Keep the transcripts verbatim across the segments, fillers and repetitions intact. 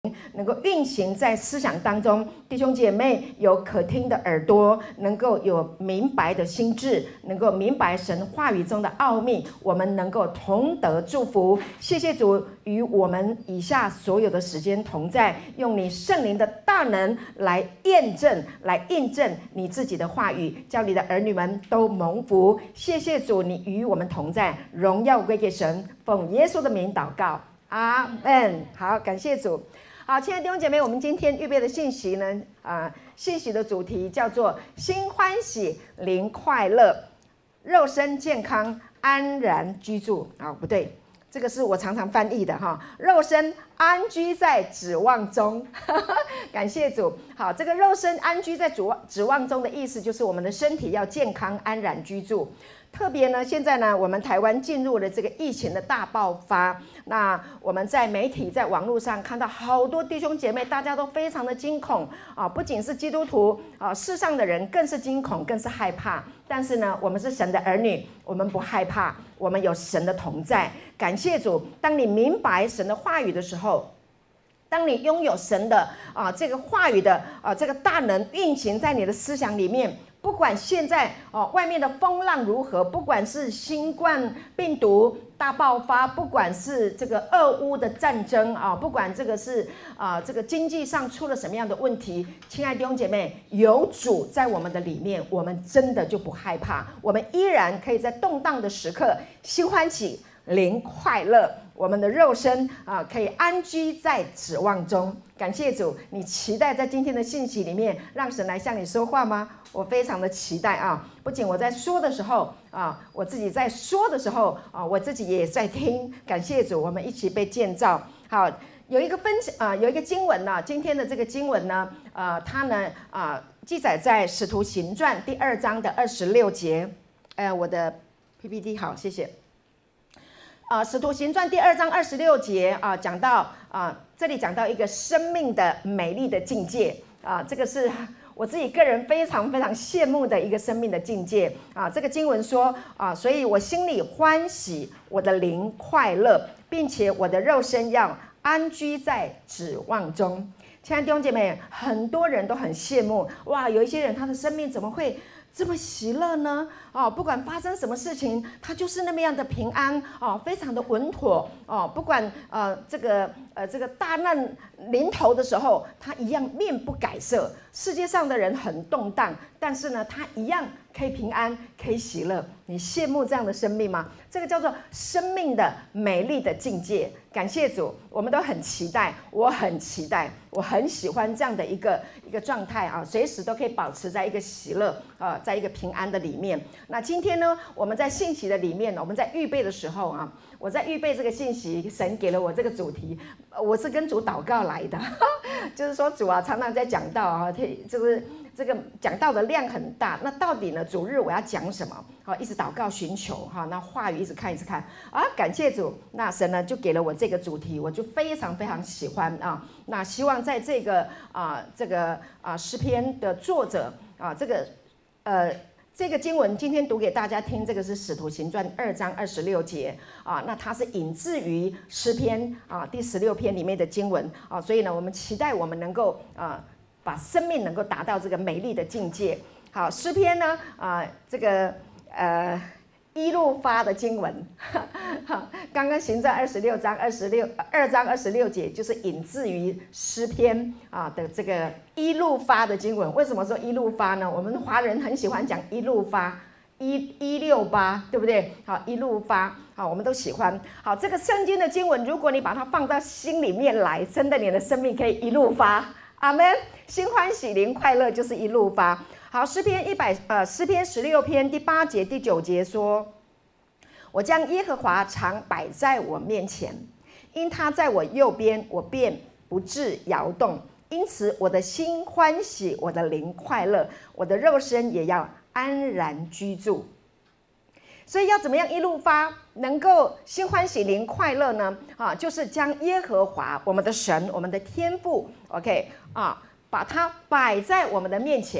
能够运行在思想当中，弟兄姐妹有可听的耳朵，能够有明白的心智，能够明白神话语中的奥秘，我们能够同得祝福。谢谢主与我们以下所有的时间同在，用你圣灵的大能来验证、来印证你自己的话语，叫你的儿女们都蒙福。谢谢主，你与我们同在，荣耀归给神，奉耶稣的名祷告，阿们。好，感谢主。好，亲爱的弟兄姐妹，我们今天预备的信息呢，啊、呃，信息的主题叫做心欢喜，灵快乐，肉身健康，安然居住。啊、哦，不对，这个是我常常翻译的哈，肉身安居在指望中。感谢主。好，这个肉身安居在指望中的意思，就是我们的身体要健康，安然居住。特别呢，现在呢，我们台湾进入了这个疫情的大爆发。那我们在媒体、在网络上看到好多弟兄姐妹，大家都非常的惊恐啊！不仅是基督徒啊，世上的人更是惊恐，更是害怕。但是呢，我们是神的儿女，我们不害怕，我们有神的同在。感谢主！当你明白神的话语的时候，当你拥有神的啊这个话语的啊这个大能运行在你的思想里面。不管现在哦，外面的风浪如何，不管是新冠病毒大爆发，不管是这个俄乌的战争啊，不管这个是啊这个经济上出了什么样的问题，亲爱的弟兄姐妹，有主在我们的里面，我们真的就不害怕，我们依然可以在动荡的时刻心欢喜，灵快乐。我们的肉身啊，可以安居在指望中。感谢主，你期待在今天的信息里面，让神来向你说话吗？我非常的期待啊！不仅我在说的时候啊，我自己在说的时候啊，我自己也在听。感谢主，我们一起被建造。好，有一个分啊，有一个经文呢、啊，今天的这个经文呢，呃，它呢啊，记载在《使徒行传》第二章的二十六节。呃，我的 P P T 好，谢谢。啊，《使徒行传》第二章二十六节啊，讲到啊，这里讲到一个生命的美丽的境界啊，这个是我自己个人非常非常羡慕的一个生命的境界啊。这个经文说啊，所以我心里欢喜，我的灵快乐，并且我的肉身要安居在指望中。亲爱的弟兄姐妹，很多人都很羡慕哇，有一些人他的生命怎么会这么喜乐呢？哦，不管发生什么事情，他就是那么样的平安哦，非常的稳妥哦。不管呃这个呃这个大难临头的时候，他一样面不改色。世界上的人很动荡，但是呢，他一样可以平安，可以喜乐。你羡慕这样的生命吗？这个叫做生命的美丽的境界。感谢主，我们都很期待，我很期待，我很喜欢这样的一个一个状态啊，随时都可以保持在一个喜乐啊，在一个平安的里面。那今天呢，我们在信息的里面，我们在预备的时候啊，我在预备这个信息，神给了我这个主题，我是跟主祷告来的，就是说主啊，常常在讲道啊，就是这个讲道的量很大，那到底呢，主日我要讲什么？好，一直祷告寻求哈，那话语一直看一直看啊，感谢主，那神呢就给了我这个主题，我就非常非常喜欢啊，那希望在这个啊这个啊诗篇的作者啊这个呃。这个经文今天读给大家听，这个是《使徒行传》二章二十六节啊，那它是引自于诗篇啊第十六篇里面的经文啊，所以呢，我们期待我们能够啊把生命能够达到这个美丽的境界。好，诗篇呢啊这个呃一路发的经文，刚刚行传二十六章二十六二章二十六节就是引自于诗篇啊的这个一路发的经文。为什么说一路发呢？我们华人很喜欢讲一路发，一一六八，对不对？好，一路发，好，我们都喜欢。好，这个圣经的经文，如果你把它放到心里面来，真的你的生命可以一路发。阿们，心欢喜灵快乐就是一路发。好，诗篇一百呃，诗篇十六篇第八节、第九节说：“我将耶和华常摆在我面前，因他在我右边，我便不致摇动。因此，我的心欢喜，我的灵快乐，我的肉身也要安然居住。”所以要怎么样一路发，能够心欢喜灵快乐呢？啊，就是将耶和华我们的神、我们的天父 ，OK 啊，把它摆在我们的面前。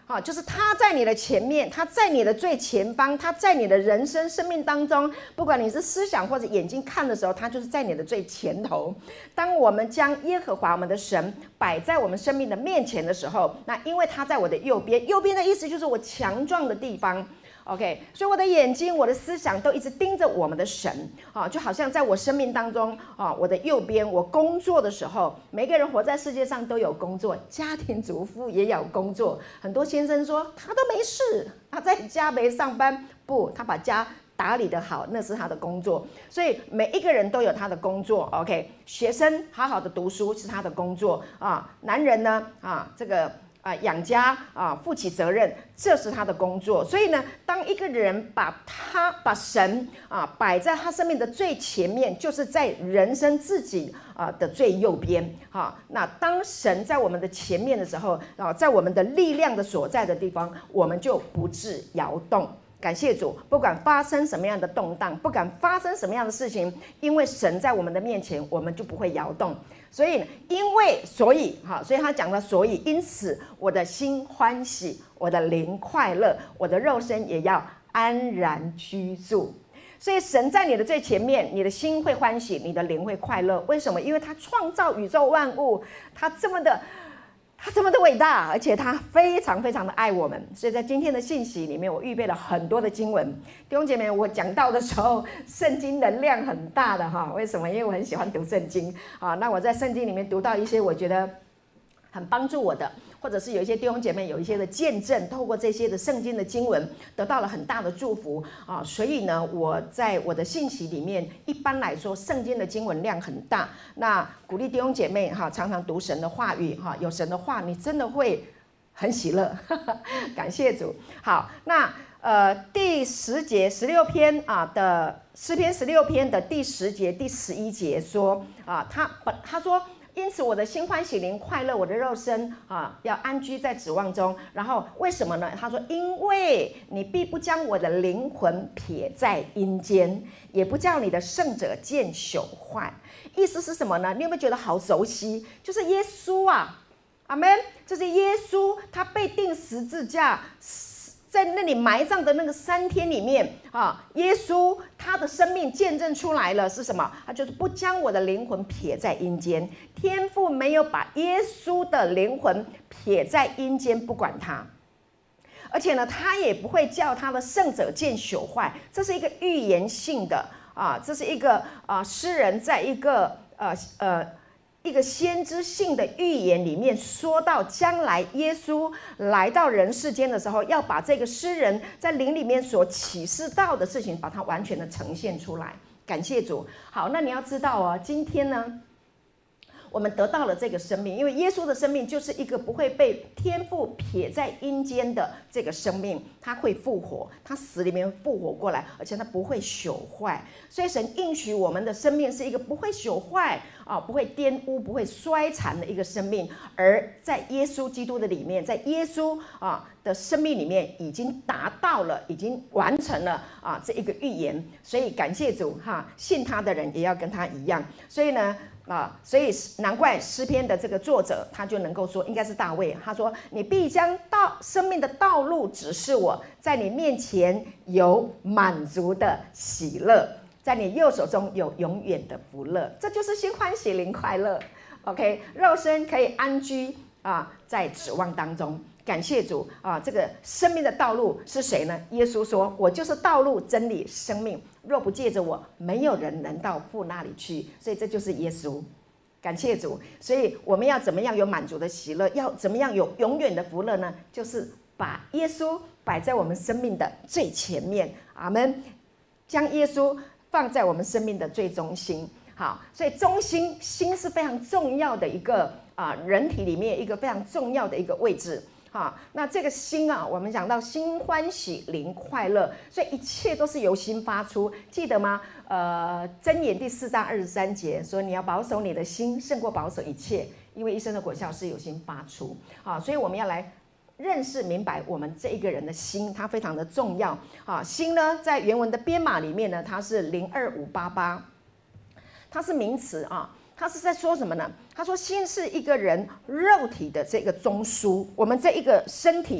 啊，就是他在你的前面，他在你的最前方，他在你的人生生命当中，不管你是思想或者眼睛看的时候，他就是在你的最前头。当我们将耶和华我们的神摆在我们生命的面前的时候，那因为他在我的右边，右边的意思就是我强壮的地方。OK， 所以我的眼睛、我的思想都一直盯着我们的神啊，就好像在我生命当中啊，我的右边，我工作的时候，每个人活在世界上都有工作，家庭主妇也有工作。很多先生说他都没事，他在家没上班，不，他把家打理得好，那是他的工作。所以每一个人都有他的工作。OK， 学生好好的读书是他的工作啊，男人呢啊，这个。啊，养家啊，负起责任，这是他的工作。所以呢，当一个人把他把神啊摆在他生命的最前面，就是在人生自己啊的最右边。哈，那当神在我们的前面的时候啊，在我们的力量的所在的地方，我们就不致摇动。感谢主，不管发生什么样的动荡，不管发生什么样的事情，因为神在我们的面前，我们就不会摇动。所以，因为所以哈，所以他讲了，所以因此，我的心欢喜，我的灵快乐，我的肉身也要安然居住。所以，神在你的最前面，你的心会欢喜，你的灵会快乐。为什么？因为他创造宇宙万物，他这么的。他这么的伟大，而且他非常非常的爱我们，所以在今天的信息里面，我预备了很多的经文。弟兄姐妹，我讲到的时候，圣经能量很大的哈。为什么？因为我很喜欢读圣经啊。那我在圣经里面读到一些我觉得很帮助我的，或者是有一些弟兄姐妹有一些的见证，透过这些的圣经的经文得到了很大的祝福啊。所以呢，我在我的信息里面，一般来说圣经的经文量很大，那鼓励弟兄姐妹哈，常常读神的话语哈，有神的话，你真的会很喜乐，感谢主。好，那呃第十节十六篇啊的诗篇十六篇的第十节第十一节说啊，他他说。因此，我的心欢喜灵快乐，我的肉身啊要安居在指望中。然后为什么呢？他说：“因为你必不将我的灵魂撇在阴间，也不叫你的圣者见朽坏。”意思是什么呢？你有没有觉得好熟悉？就是耶稣啊，阿们，就是耶稣，他被钉十字架。在那里埋葬的那个三天里面啊，耶稣他的生命见证出来了是什么？他就是不将我的灵魂撇在阴间，天父没有把耶稣的灵魂撇在阴间，不管他，而且呢，他也不会叫他的圣者见朽坏。这是一个预言性的啊，这是一个啊诗人在一个呃呃。一个先知性的预言里面说到，将来耶稣来到人世间的时候，要把这个诗人在灵里面所启示到的事情，把它完全的呈现出来。感谢主。好，那你要知道哦，今天呢，我们得到了这个生命，因为耶稣的生命就是一个不会被天父撇在阴间的这个生命，他会复活，他死里面复活过来，而且他不会朽坏。所以神应许我们的生命是一个不会朽坏啊，不会玷污、不会衰残的一个生命。而在耶稣基督的里面，在耶稣啊的生命里面，已经达到了，已经完成了啊这一个预言。所以感谢主哈，信他的人也要跟他一样。所以呢。啊，所以难怪诗篇的这个作者他就能够说，应该是大卫，他说：“你必将道生命的道路指示我，在你面前有满足的喜乐，在你右手中有永远的福乐。”这就是心欢喜灵快乐。OK， 肉身可以安居啊，在指望当中。感谢主啊！这个生命的道路是谁呢？耶稣说：“我就是道路、真理、生命。若不借着我，没有人能到父那里去。”所以这就是耶稣。感谢主！所以我们要怎么样有满足的喜乐？要怎么样有永远的福乐呢？就是把耶稣摆在我们生命的最前面。阿们！将耶稣放在我们生命的最中心。好，所以中心心是非常重要的一个啊，人体里面一个非常重要的一个位置。好，那这个心啊，我们讲到心欢喜灵快乐，所以一切都是由心发出，记得吗？呃，箴言第四章二十三节说，你要保守你的心，胜过保守一切，因为一生的果效是由心发出。好，所以我们要来认识明白我们这一个人的心，它非常的重要。好，心呢，在原文的编码里面呢，它是零二五八八，它是名词啊。他是在说什么呢？他说心是一个人肉体的这个中枢，我们这一个身体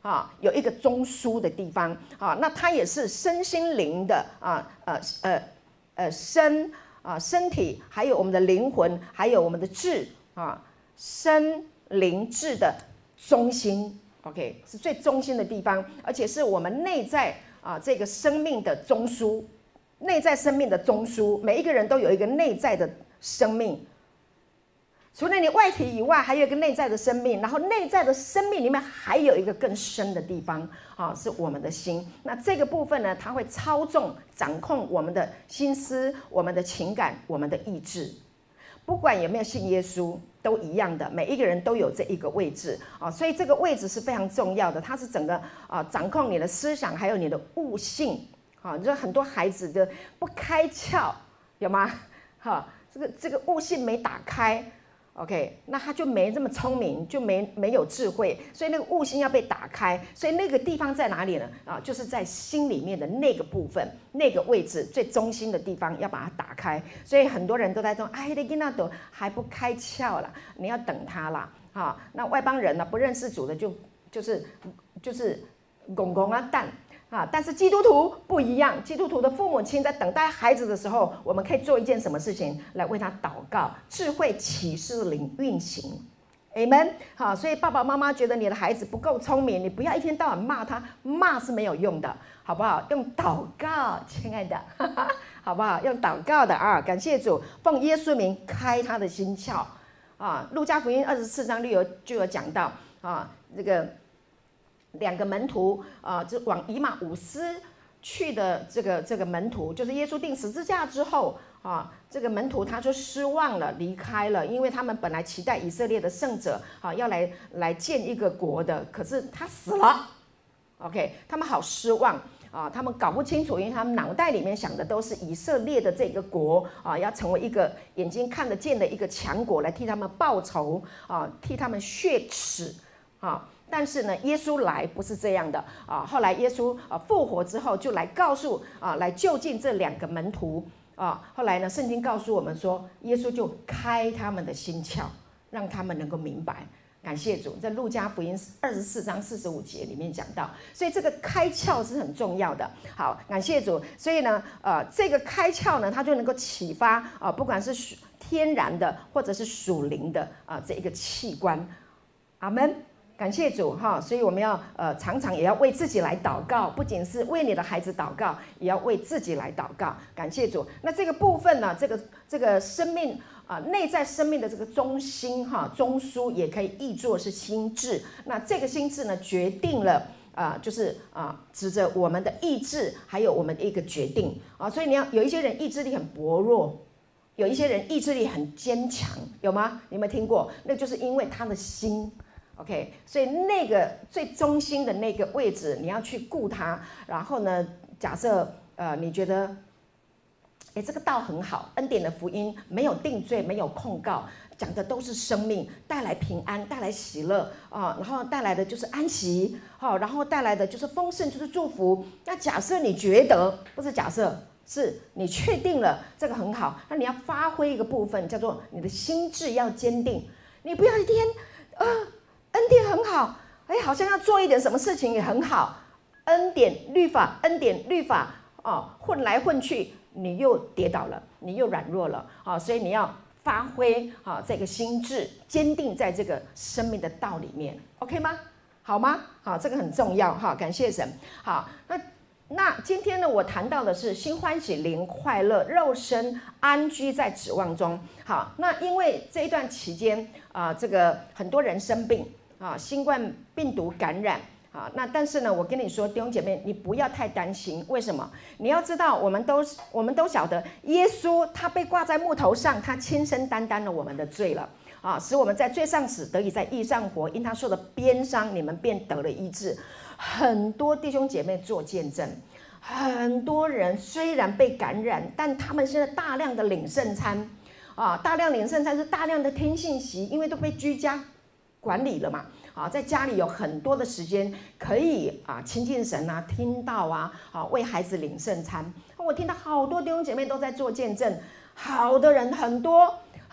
啊，有一个中枢的地方啊，那它也是身心灵的啊，呃呃呃身啊身体，还有我们的灵魂，还有我们的智啊，身灵智的中心 ，OK， 是最中心的地方，而且是我们内在啊这个生命的中枢，内在生命的中枢，每一个人都有一个内在的生命。除了你外体以外，还有一个内在的生命，然后内在的生命里面还有一个更深的地方啊，是我们的心。那这个部分呢，它会操纵、掌控我们的心思、我们的情感、我们的意志。不管有没有信耶稣，都一样的，每一个人都有这一个位置啊，所以这个位置是非常重要的，它是整个啊掌控你的思想，还有你的悟性啊。你说很多孩子的不开窍，有吗？哈，这个这个悟性没打开。OK， 那他就没这么聪明，就没没有智慧，所以那个悟性要被打开，所以那个地方在哪里呢？啊，就是在心里面的那个部分，那个位置最中心的地方要把它打开。所以很多人都在说，哎，你囡仔都还不开窍啦，你要等他啦，啊，那外邦人呢，不认识主的就就是就是公公啊蛋。啊，但是基督徒不一样，基督徒的父母亲在等待孩子的时候，我们可以做一件什么事情来为他祷告？智慧启示灵运行 ，Amen。好，所以爸爸妈妈觉得你的孩子不够聪明，你不要一天到晚骂他，骂是没有用的，好不好？用祷告，亲爱的，哈哈，好不好？用祷告的啊，感谢主，奉耶稣名开他的心窍啊。路加福音二十四章六就有讲到啊，这个。两个门徒啊，就往以马忤斯去的这个这个门徒，就是耶稣钉十字架之后啊，这个门徒他就失望了，离开了，因为他们本来期待以色列的圣者啊要来来建一个国的，可是他死了 ，OK， 他们好失望啊，他们搞不清楚，因为他们脑袋里面想的都是以色列的这个国啊，要成为一个眼睛看得见的一个强国，来替他们报仇啊，替他们雪耻啊。但是呢，耶稣来不是这样的啊。后来耶稣啊复活之后，就来告诉啊，来就近这两个门徒啊。后来呢，圣经告诉我们说，耶稣就开他们的心窍，让他们能够明白。感谢主，在路加福音二十四章四十五节里面讲到，所以这个开窍是很重要的。好，感谢主。所以呢，呃，这个开窍呢，它就能够启发啊，不管是天然的或者是属灵的啊这一个器官。阿们。感谢主哈，所以我们要呃常常也要为自己来祷告，不仅是为你的孩子祷告，也要为自己来祷告。感谢主。那这个部分呢，这个这个生命啊、呃，内在生命的这个中心哈，中枢也可以译作是心智。那这个心智呢，决定了啊、呃，就是啊、呃，指着我们的意志，还有我们的一个决定啊。所以你要有一些人意志力很薄弱，有一些人意志力很坚强，有吗？你有没有听过？那就是因为他的心。OK， 所以那个最中心的那个位置，你要去顾它。然后呢，假设呃你觉得，哎，这个道很好，恩典的福音没有定罪，没有控告，讲的都是生命，带来平安，带来喜乐啊，然后带来的就是安息，好，然后带来的就是丰盛，就是祝福。那假设你觉得，不是假设，是你确定了这个很好，那你要发挥一个部分，叫做你的心智要坚定，你不要一天呃。恩典很好，哎，好像要做一点什么事情也很好。恩典律法，恩典律法，哦，混来混去，你又跌倒了，你又软弱了，啊、哦，所以你要发挥啊、哦、这个心智，坚定在这个生命的道里面 ，OK 吗？好吗？好，这个很重要哈，感谢神。好，那那今天呢，我谈到的是心欢喜灵快乐，肉身安居在指望中。好，那因为这一段期间啊、呃，这个很多人生病。啊，新冠病毒感染啊，那但是呢，我跟你说，弟兄姐妹，你不要太担心。为什么？你要知道，我们都我们都晓得，耶稣他被挂在木头上，他亲身担当了我们的罪了啊，使我们在罪上死，得以在义上活。因他受的鞭伤，你们便得了医治。很多弟兄姐妹做见证，很多人虽然被感染，但他们现在大量的领圣餐啊，大量领圣餐是大量的听信息，因为都被居家管理了嘛，啊，在家里有很多的时间可以啊亲近神啊，听到啊，啊为孩子领圣餐。我听到好多弟兄姐妹都在做见证，好的人很多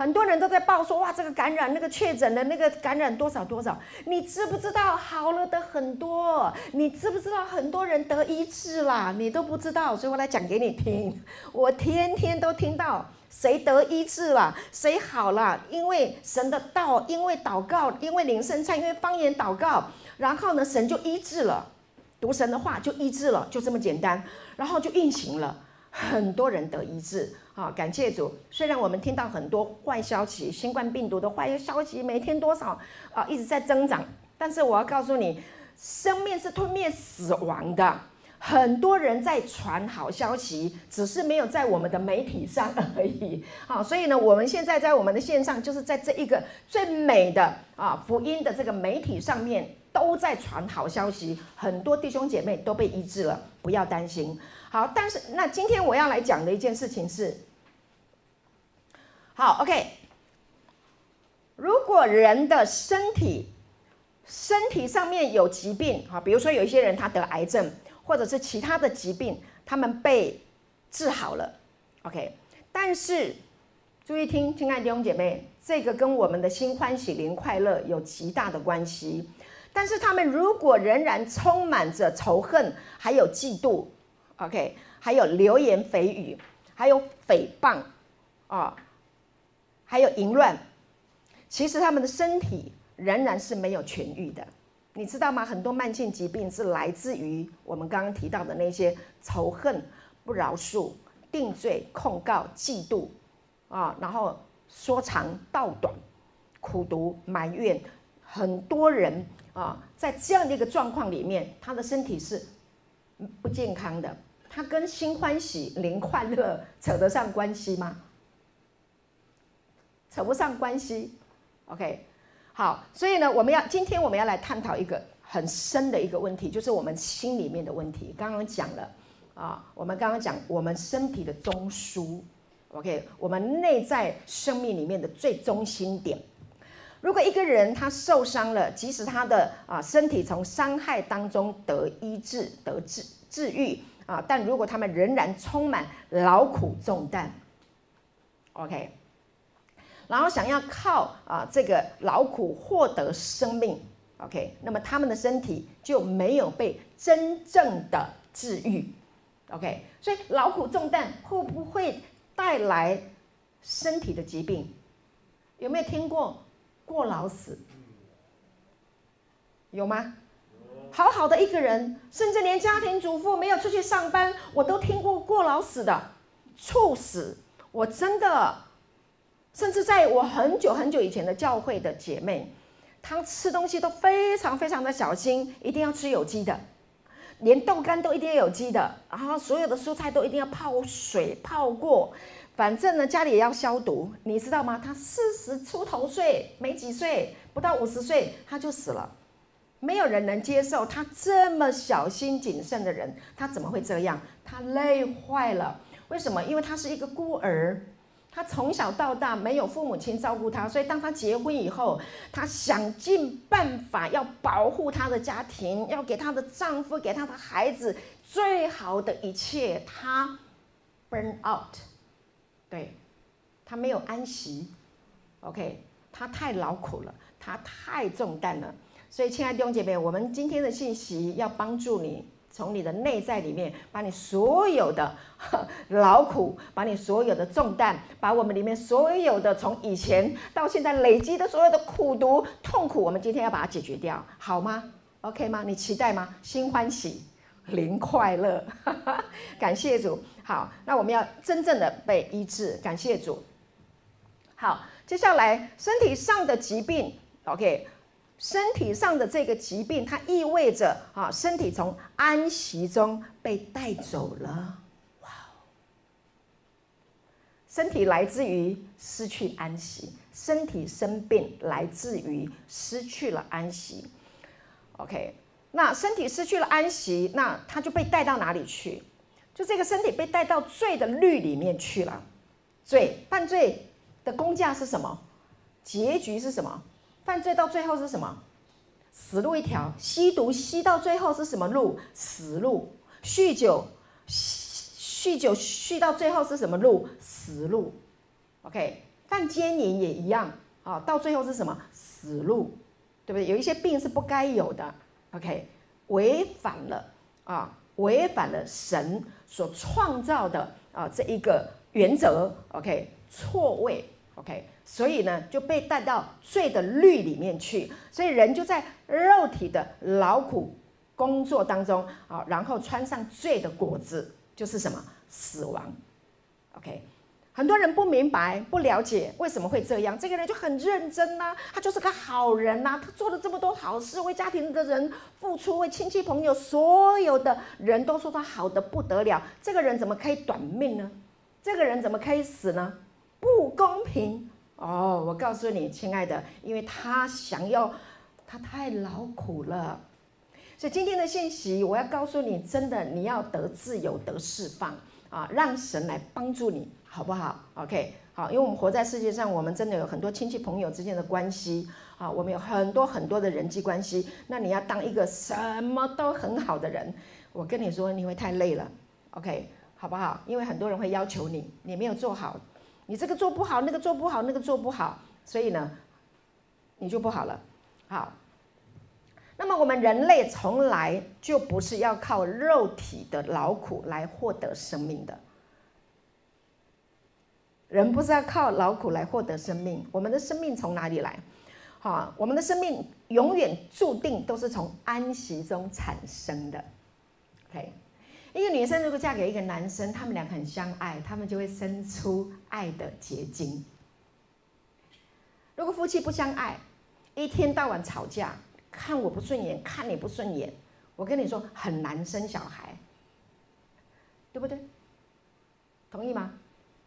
很多人都在报说，哇，这个感染那个确诊的那个感染多少多少，你知不知道好了的很多？你知不知道很多人得医治啦？你都不知道，所以我来讲给你听。我天天都听到谁得医治了，谁好了，因为神的道，因为祷告，因为领圣餐，因为方言祷告，然后呢，神就医治了，读神的话就医治了，就这么简单，然后就运行了，很多人得医治。好，感谢主。虽然我们听到很多坏消息，新冠病毒的坏消息每天多少啊，一直在增长，但是我要告诉你，生命是吞灭死亡的。很多人在传好消息，只是没有在我们的媒体上而已。好，所以呢，我们现在在我们的线上，就是在这一个最美的啊福音的这个媒体上面，都在传好消息，很多弟兄姐妹都被医治了，不要担心。好，但是那今天我要来讲的一件事情是，好 ，OK， 如果人的身体身体上面有疾病，好，比如说有一些人他得癌症，或者是其他的疾病，他们被治好了 ，OK， 但是注意听，亲爱的弟兄姐妹，这个跟我们的心欢喜灵快乐有极大的关系。但是他们如果仍然充满着仇恨，还有嫉妒。OK， 还有流言蜚语，还有诽谤啊，还有淫乱，其实他们的身体仍然是没有痊愈的，你知道吗？很多慢性疾病是来自于我们刚刚提到的那些仇恨、不饶恕、定罪、控告、嫉妒啊，然后说长道短、苦毒、埋怨，很多人啊，在这样的一个状况里面，他的身体是不健康的。它跟心欢喜灵快乐扯得上关系吗？扯不上关系。OK， 好，所以呢，我们要今天我们要来探讨一个很深的一个问题，就是我们心里面的问题。刚刚讲了啊，我们刚刚讲我们身体的中枢 ，OK， 我们内在生命里面的最中心点。如果一个人他受伤了，即使他的啊身体从伤害当中得医治、得治治愈。啊！但如果他们仍然充满劳苦重担 ，OK， 然后想要靠啊这个劳苦获得生命 ，OK， 那么他们的身体就没有被真正的治愈 ，OK， 所以劳苦重担会不会带来身体的疾病？有没有听过过劳死？有吗？好好的一个人，甚至连家庭主妇没有出去上班，我都听过过劳死的、猝死。我真的，甚至在我很久很久以前的教会的姐妹，她吃东西都非常非常的小心，一定要吃有机的，连豆干都一定要有机的，然后所有的蔬菜都一定要泡水泡过，反正呢家里也要消毒，你知道吗？她四十出头岁，没几岁，不到五十岁，她就死了。没有人能接受他这么小心谨慎的人，他怎么会这样？他累坏了。为什么？因为他是一个孤儿，他从小到大没有父母亲照顾他，所以当他结婚以后，他想尽办法要保护他的家庭，要给他的丈夫、给他的孩子最好的一切。他 burn out， 对，他没有安息。OK， 他太劳苦了，他太重担了。所以，亲爱的弟兄姐妹，我们今天的信息要帮助你从你的内在里面，把你所有的劳苦，把你所有的重担，把我们里面所有的从以前到现在累积的所有的苦毒、痛苦，我们今天要把它解决掉，好吗 ？OK 吗？你期待吗？心欢喜，灵快乐，感谢主。好，那我们要真正的被医治，感谢主。好，接下来身体上的疾病 ，OK。身体上的这个疾病，它意味着啊，身体从安息中被带走了。哇！身体来自于失去安息，身体生病来自于失去了安息。OK， 那身体失去了安息，那它就被带到哪里去？就这个身体被带到罪的律里面去了。罪，犯罪的工价是什么？结局是什么？犯罪到最后是什么？死路一条。吸毒吸到最后是什么路？死路。酗酒，酗酒酗到最后是什么路？死路。OK， 犯奸淫也一样啊，到最后是什么？死路，对不对？有一些病是不该有的 ，OK， 违反了啊，违反了神所创造的啊这一个原则 ，OK， 错位 ，OK， 所以呢就被带到罪的律里面去，所以人就在肉体的劳苦工作当中啊，然后穿上罪的果子，就是什么？死亡 ，OK。很多人不明白、不了解为什么会这样。这个人就很认真呐、啊，他就是个好人呐、啊，他做了这么多好事，为家庭的人付出，为亲戚朋友，所有的人都说他好的不得了。这个人怎么可以短命呢？这个人怎么可以死呢？不公平哦！我告诉你，亲爱的，因为他想要，他太劳苦了。所以今天的信息，我要告诉你，真的，你要得自由、得释放啊，让神来帮助你。好不好 ？OK， 好，因为我们活在世界上，我们真的有很多亲戚朋友之间的关系啊，我们有很多很多的人际关系。那你要当一个什么都很好的人，我跟你说，你会太累了 ，OK， 好不好？因为很多人会要求你，你没有做好，你这个做不好，那个做不好，那个做不好，所以呢，你就不好了。好，那么我们人类从来就不是要靠肉体的劳苦来获得生命的。人不是要靠劳苦来获得生命，我们的生命从哪里来？好，我们的生命永远注定都是从安息中产生的。OK， 一个女生如果嫁给一个男生，他们俩很相爱，他们就会生出爱的结晶。如果夫妻不相爱，一天到晚吵架，看我不顺眼，看你不顺眼，我跟你说很难生小孩，对不对？同意吗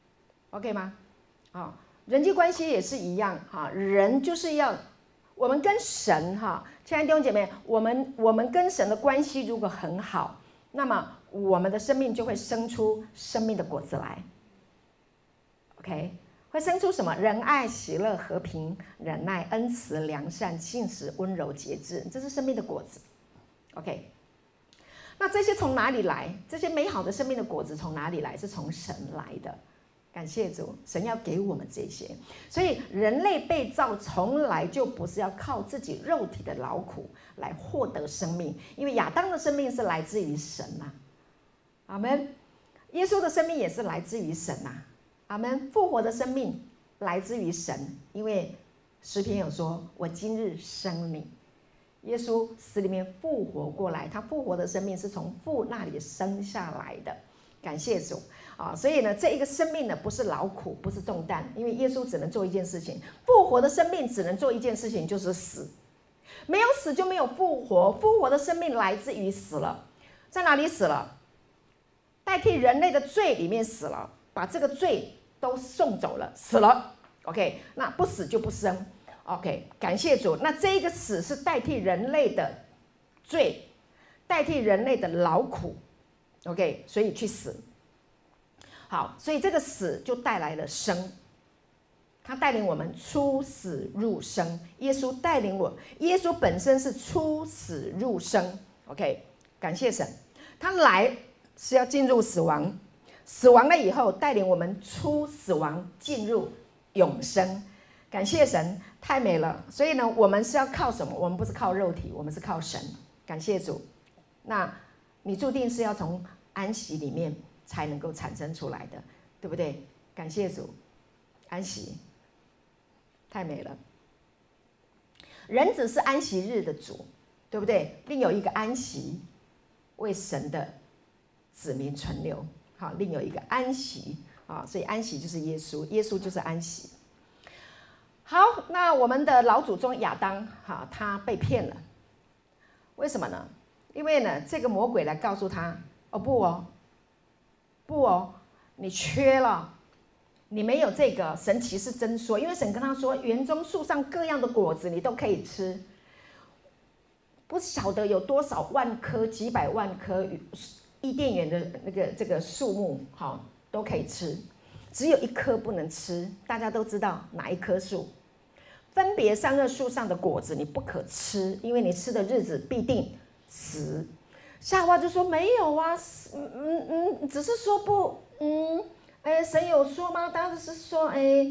？OK 吗？啊，人际关系也是一样哈，人就是要我们跟神哈，亲爱的弟兄姐妹，我们我们跟神的关系如果很好，那么我们的生命就会生出生命的果子来。OK， 会生出什么？仁爱、喜乐、和平、忍耐、恩慈、良善、信实、温柔、节制，这是生命的果子。OK， 那这些从哪里来？这些美好的生命的果子从哪里来？是从神来的。感谢主，神要给我们这些，所以人类被造从来就不是要靠自己肉体的劳苦来获得生命，因为亚当的生命是来自于神呐、啊，阿们。耶稣的生命也是来自于神呐、啊，阿们。复活的生命来自于神，因为诗篇有说：“我今日生你。”耶稣死里面复活过来，他复活的生命是从父那里生下来的。感谢主。啊，所以呢，这一个生命呢，不是劳苦，不是重担，因为耶稣只能做一件事情，复活的生命只能做一件事情，就是死。没有死就没有复活，复活的生命来自于死了，在哪里死了？代替人类的罪里面死了，把这个罪都送走了，死了。OK， 那不死就不生。OK， 感谢主。那这一个死是代替人类的罪，代替人类的劳苦。OK， 所以去死。好，所以这个死就带来了生，他带领我们出死入生。耶稣带领我，耶稣本身是出死入生。OK， 感谢神，他来是要进入死亡，死亡了以后带领我们出死亡，进入永生。感谢神，太美了。所以呢，我们是要靠什么？我们不是靠肉体，我们是靠神。感谢主。那你注定是要从安息里面才能够产生出来的，对不对？感谢主，安息太美了。人只是安息日的主，对不对？另有一个安息为神的子民存留。好，另有一个安息啊，所以安息就是耶稣，耶稣就是安息。好，那我们的老祖宗亚当，哈，他被骗了，为什么呢？因为呢，这个魔鬼来告诉他，哦不哦。不哦，你缺了，你没有这个。神奇是真说，因为神跟他说，园中树上各样的果子你都可以吃，不晓得有多少万棵、几百万棵伊甸园的那个这个树木，好都可以吃，只有一棵不能吃。大家都知道哪一棵树？分别善恶树上的果子你不可吃，因为你吃的日子必定死。夏娃就说没有啊，嗯嗯嗯，只是说不，嗯，哎，神有说吗？当时是说，哎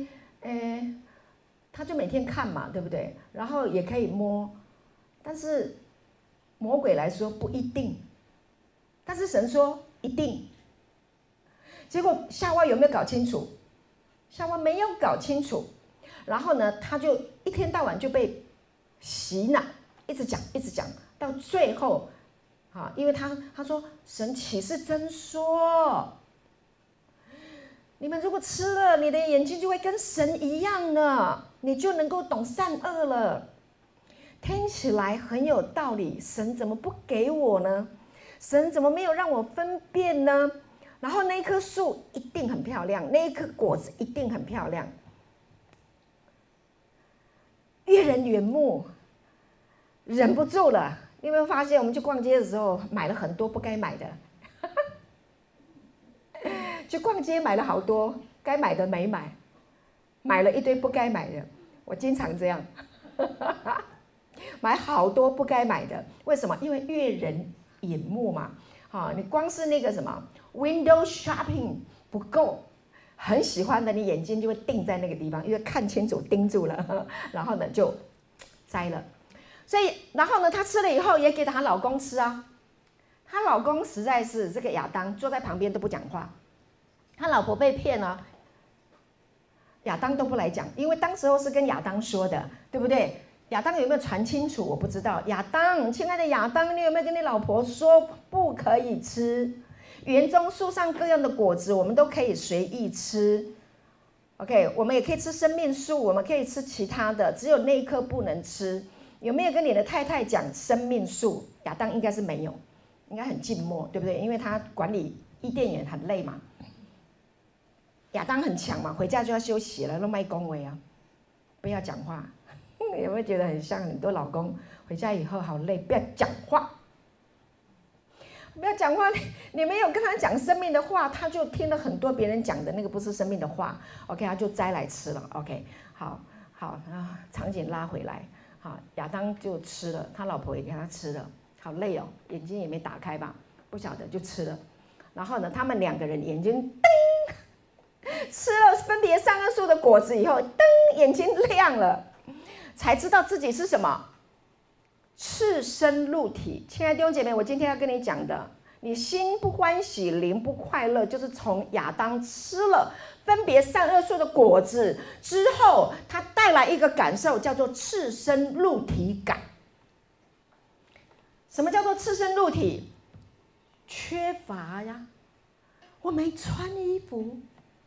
哎，他就每天看嘛，对不对？然后也可以摸，但是魔鬼来说不一定，但是神说一定。结果夏娃有没有搞清楚？夏娃没有搞清楚，然后呢，他就一天到晚就被洗脑，一直讲，一直讲，到最后，啊，因为他他说神岂是真说，你们如果吃了，你的眼睛就会跟神一样了，你就能够懂善恶了。听起来很有道理，神怎么不给我呢？神怎么没有让我分辨呢？然后那一棵树一定很漂亮，那一颗果子一定很漂亮，悦人眼目，忍不住了。你有没有发现，我们去逛街的时候买了很多不该买的？去逛街买了好多，该买的没买，买了一堆不该买的。我经常这样，买好多不该买的。为什么？因为悦人眼目嘛。啊，你光是那个什么 window shopping 不够，很喜欢的，你眼睛就会定在那个地方，因为看清楚盯住了，然后呢就摘了。所以，然后呢，她吃了以后也给她老公吃啊。她老公实在是这个亚当坐在旁边都不讲话，他老婆被骗了，亚当都不来讲，因为当时候是跟亚当说的，对不对？亚当有没有传清楚？我不知道。亚当，亲爱的亚当，你有没有跟你老婆说不可以吃？园中树上各样的果子，我们都可以随意吃。OK， 我们也可以吃生命树，我们可以吃其他的，只有那一棵不能吃。有没有跟你的太太讲生命树？亚当应该是没有，应该很静默，对不对？因为他管理伊甸园很累嘛。亚当很强嘛，回家就要休息了，都卖恭维啊，不要讲话。有没有觉得很像很多老公回家以后好累，不要讲话，不要讲话。你没有跟他讲生命的话，他就听了很多别人讲的那个不是生命的话。OK， 他就摘来吃了。OK， 好好啊，场景拉回来，好，亚当就吃了，他老婆也给他吃了，好累哦，眼睛也没打开吧，不晓得就吃了。然后呢，他们两个人眼睛噔吃了分别善恶树的果子以后，噔眼睛亮了。才知道自己是什么赤身露体。亲爱的弟兄姐妹，我今天要跟你讲的，你心不欢喜，灵不快乐，就是从亚当吃了分别善恶树的果子之后，他带来一个感受，叫做赤身露体感。什么叫做赤身露体？缺乏呀，我没穿衣服，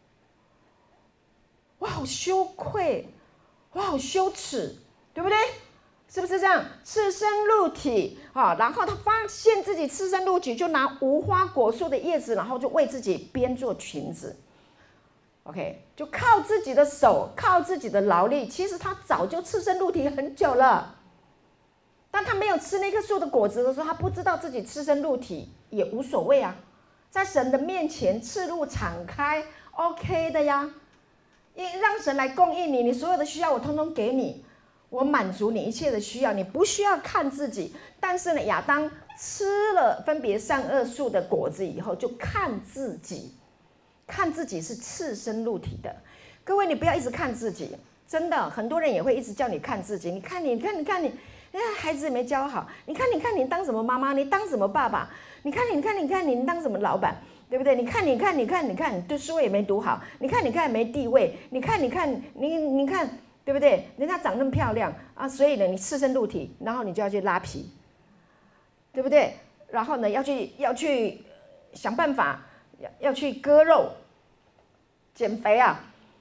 我好羞愧，我好羞耻，对不对？是不是这样？赤身露体啊，然后他发现自己赤身露体，就拿无花果树的叶子，然后就为自己编做裙子。OK， 就靠自己的手，靠自己的劳力。其实他早就赤身露体很久了，但他没有吃那棵树的果子的时候，他不知道自己赤身露体也无所谓啊，在神的面前赤露敞开 ，OK 的呀。因让神来供应你，你所有的需要我通通给你，我满足你一切的需要，你不需要看自己。但是呢，亚当吃了分别善恶树的果子以后，就看自己，看自己是赤身露体的。各位，你不要一直看自己，真的，很多人也会一直叫你看自己。你看你，你看你看你，哎，孩子也没教好，你看你看你当什么妈妈，你当什么爸爸，你看你看你看你当什么老板。对不对？你看，你看，你看，你看，你对书也没读好。你看，你看，没地位。你看，你看，你你看，对不对？人家长那么漂亮啊，所以呢，你赤身露体，然后你就要去拉皮，对不对？然后呢，要去要去想办法，要要去割肉，减肥啊，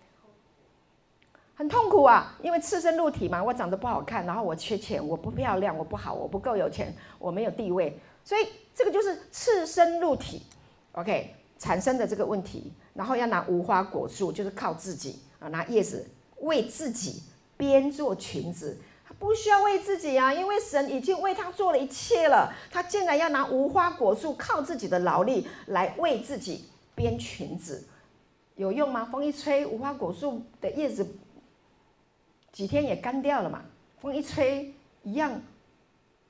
很痛苦啊，因为赤身露体嘛，我长得不好看，然后我缺钱，我不漂亮，我不好，我不够有钱，我没有地位，所以这个就是赤身露体。OK， 产生的这个问题，然后要拿无花果树，就是靠自己啊，拿叶子为自己编做裙子。他不需要为自己啊，因为神已经为他做了一切了。他竟然要拿无花果树，靠自己的劳力来为自己编裙子，有用吗？风一吹，无花果树的叶子几天也干掉了嘛。风一吹，一样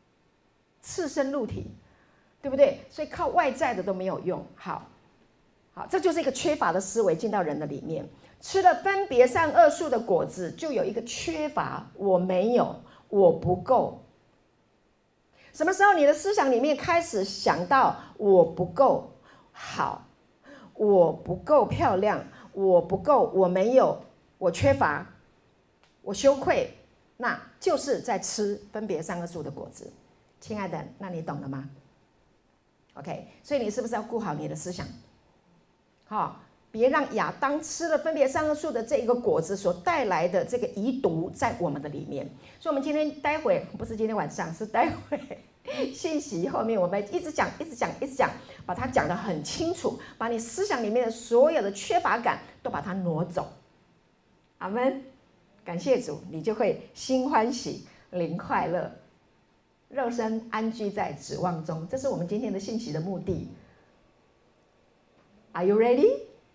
赤身露体。对不对？所以靠外在的都没有用。好， 好，这就是一个缺乏的思维进到人的里面。吃了分别善恶树的果子，就有一个缺乏，我没有，我不够。什么时候你的思想里面开始想到我不够好，我不够漂亮，我不够，我没有，我缺乏，我羞愧，那就是在吃分别善恶树的果子。亲爱的，那你懂了吗 ？OK， 所以你是不是要顾好你的思想？好、哦，别让亚当吃了分别善恶树的这一个果子所带来的这个遗毒在我们的里面。所以，我们今天待会不是今天晚上，是待会信息后面我们一直讲，一直讲，一直讲，把它讲得很清楚，把你思想里面的所有的缺乏感都把它挪走。阿们，感谢主，你就会心欢喜，灵快乐，肉身安居在指望中。这是我们今天的信息的目的。Are you ready？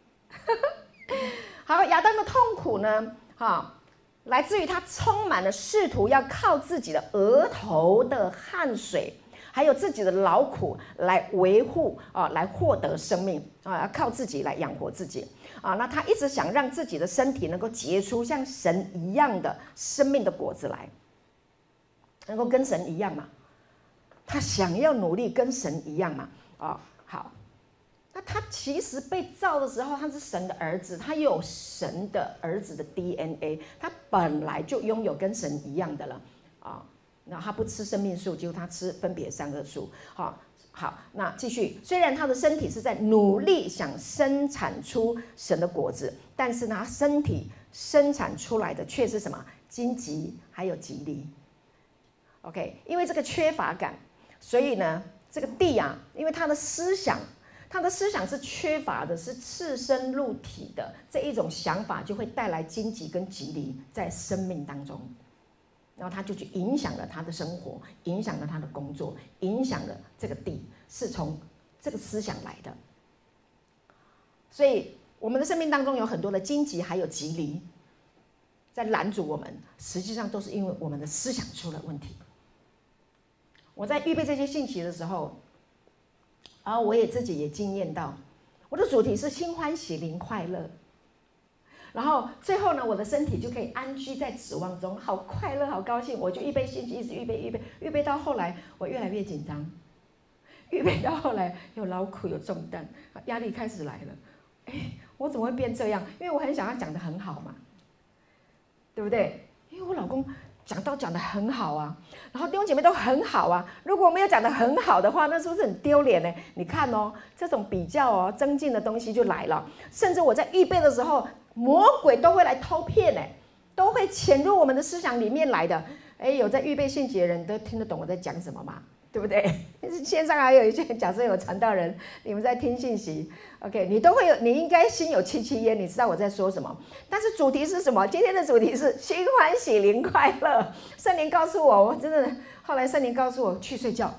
好，亚当的痛苦呢，哈，来自于他充满了试图要靠自己的额头的汗水，还有自己的劳苦来维护啊，来获得生命啊，要靠自己来养活自己啊。那他一直想让自己的身体能够结出像神一样的生命的果子来，能够跟神一样嘛？他想要努力跟神一样嘛？啊，好。那他其实被造的时候，他是神的儿子，他有神的儿子的 D N A， 他本来就拥有跟神一样的了啊。那他不吃生命树，结果他吃分别善恶树。好，好，那继续。虽然他的身体是在努力想生产出神的果子，但是呢，他身体生产出来的却是什么？荆棘还有棘藜。OK， 因为这个缺乏感，所以呢，这个地啊，因为他的思想。他的思想是缺乏的，是赤身露体的这一种想法，就会带来荆棘跟棘藜在生命当中，然后他就去影响了他的生活，影响了他的工作，影响了这个地，是从这个思想来的。所以我们的生命当中有很多的荆棘还有棘藜在拦阻我们，实际上都是因为我们的思想出了问题。我在预备这些信息的时候，然后我也自己也经验到，我的主题是心欢喜灵快乐，然后最后呢，我的身体就可以安居在指望中，好快乐，好高兴。我就预备信息，一直预备预备预备到后来，我越来越紧张，预备到后来有劳苦有重担，压力开始来了。哎，我怎么会变这样？因为我很想要讲得很好嘛，对不对？因为我老公讲道讲得很好啊，然后弟兄姐妹都很好啊。如果没有讲得很好的话，那是不是很丢脸呢？你看哦，这种比较哦，增进的东西就来了。甚至我在预备的时候，魔鬼都会来偷骗呢，都会潜入我们的思想里面来的。哎，有在预备信息的人都听得懂我在讲什么吗？对不对？线上还有一些假设有传道人，你们在听信息 ，OK， 你都会有，你应该心有戚戚焉，你知道我在说什么。但是主题是什么？今天的主题是心欢喜灵快乐。圣灵告诉我，我真的，后来圣灵告诉我去睡觉，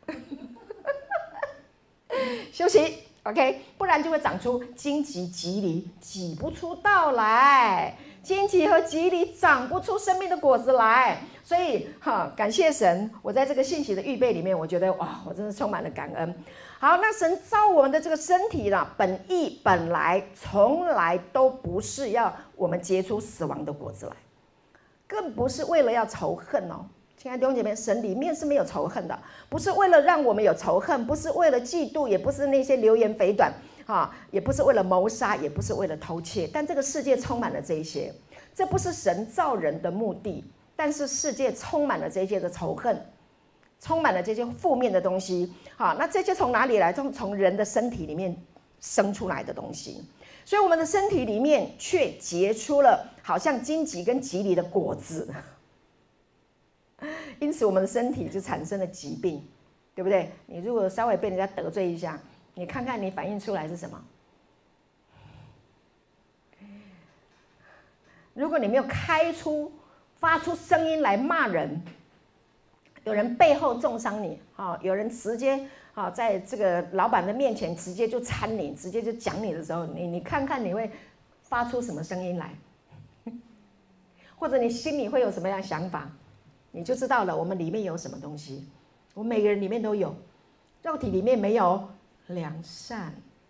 休息 ，OK， 不然就会长出荆棘棘藜，挤不出道来。荆棘和棘藜长不出生命的果子来，所以哈，感谢神，我在这个信息的预备里面，我觉得哇，我真的充满了感恩。好，那神造我们的这个身体呢，本意本来从来都不是要我们结出死亡的果子来，更不是为了要仇恨哦。亲爱的弟兄姐妹，神里面是没有仇恨的，不是为了让我们有仇恨，不是为了嫉妒，也不是那些流言蜚短。啊，也不是为了谋杀，也不是为了偷窃，但这个世界充满了这一些，这不是神造人的目的。但是世界充满了这些的仇恨，充满了这些负面的东西。好，那这些从哪里来？从从人的身体里面生出来的东西。所以我们的身体里面却结出了好像荆棘跟棘藜的果子，因此我们的身体就产生了疾病，对不对？你如果稍微被人家得罪一下，你看看你反应出来是什么？如果你没有开出、发出声音来骂人，有人背后重伤你，啊，有人直接啊在这个老板的面前直接就参你，直接就讲你的时候，你你看看你会发出什么声音来，或者你心里会有什么样的想法，你就知道了。我们里面有什么东西，我们每个人里面都有，肉体里面没有良善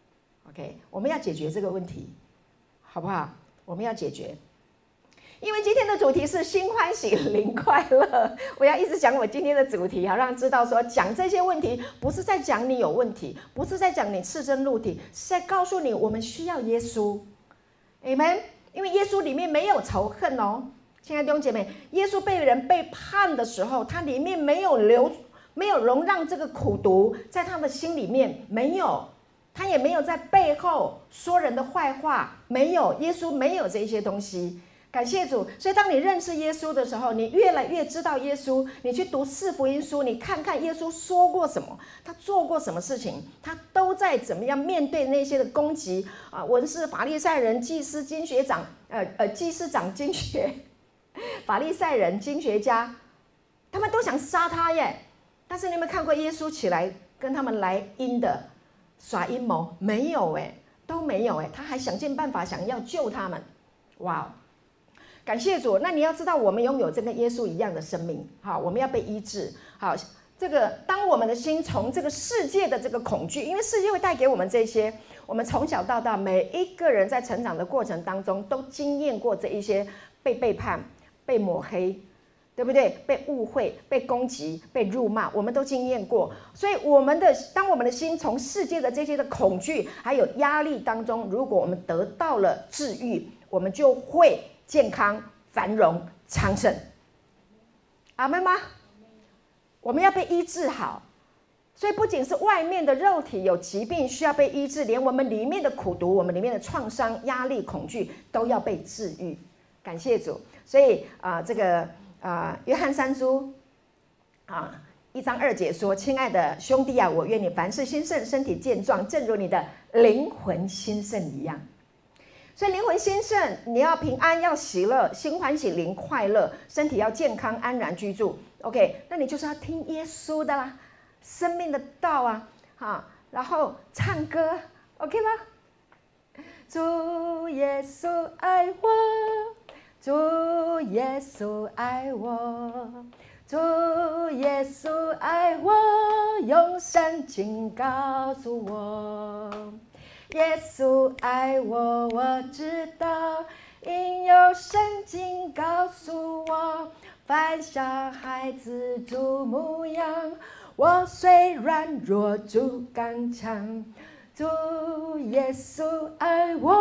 OK， 我们要解决这个问题，好不好？我们要解决。因为今天的主题是心欢喜灵快乐，我要一直讲我今天的主题，好让知道说讲这些问题不是在讲你有问题，不是在讲你赤身露体，是在告诉你我们需要耶稣 ，Amen。因为耶稣里面没有仇恨哦，亲爱的弟兄姐妹，耶稣被人背叛的时候，他里面没有留，没有容让这个苦毒在他的心里面，没有，他也没有在背后说人的坏话，没有，耶稣没有这些东西。感谢主，所以当你认识耶稣的时候，你越来越知道耶稣。你去读四福音书，你看看耶稣说过什么，他做过什么事情，他都在怎么样面对那些的攻击啊，文士、法利赛人、祭司、经学长，呃呃，祭司长、经学、法利赛人、经学家，他们都想杀他耶。但是你有没有看过耶稣起来跟他们来阴的耍阴谋？没有哎，都没有哎，他还想尽办法想要救他们。哇！感谢主，那你要知道，我们拥有这跟耶稣一样的生命，好，我们要被医治。好，这个当我们的心从这个世界的这个恐惧，因为世界会带给我们这些，我们从小到大每一个人在成长的过程当中，都经验过这一些被背叛、被抹黑，对不对？被误会、被攻击、被辱骂，我们都经验过。所以，我们的当我们的心从世界的这些的恐惧还有压力当中，如果我们得到了治愈，我们就会健康、繁荣、昌盛，阿们吗？我们要被医治好，所以不仅是外面的肉体有疾病需要被医治，连我们里面的苦毒、我们里面的创伤、压力、恐惧都要被治愈。感谢主！所以啊、呃，这个啊、呃，约翰三书啊一章二节说：“亲爱的兄弟啊，我愿你凡事兴盛，身体健壮，正如你的灵魂兴盛一样。”所以灵魂兴盛，你要平安，要喜乐，心欢喜，灵快乐，身体要健康，安然居住。OK， 那你就是要听耶稣的啦，生命的道啊，哈，然后唱歌 ，OK 吗？主耶稣爱我，主耶稣爱我，主耶稣爱我，用圣经告诉我。耶稣爱我，我知道，因有圣经告诉我，凡小孩子主牧养，我虽软弱主刚强。主耶稣爱我，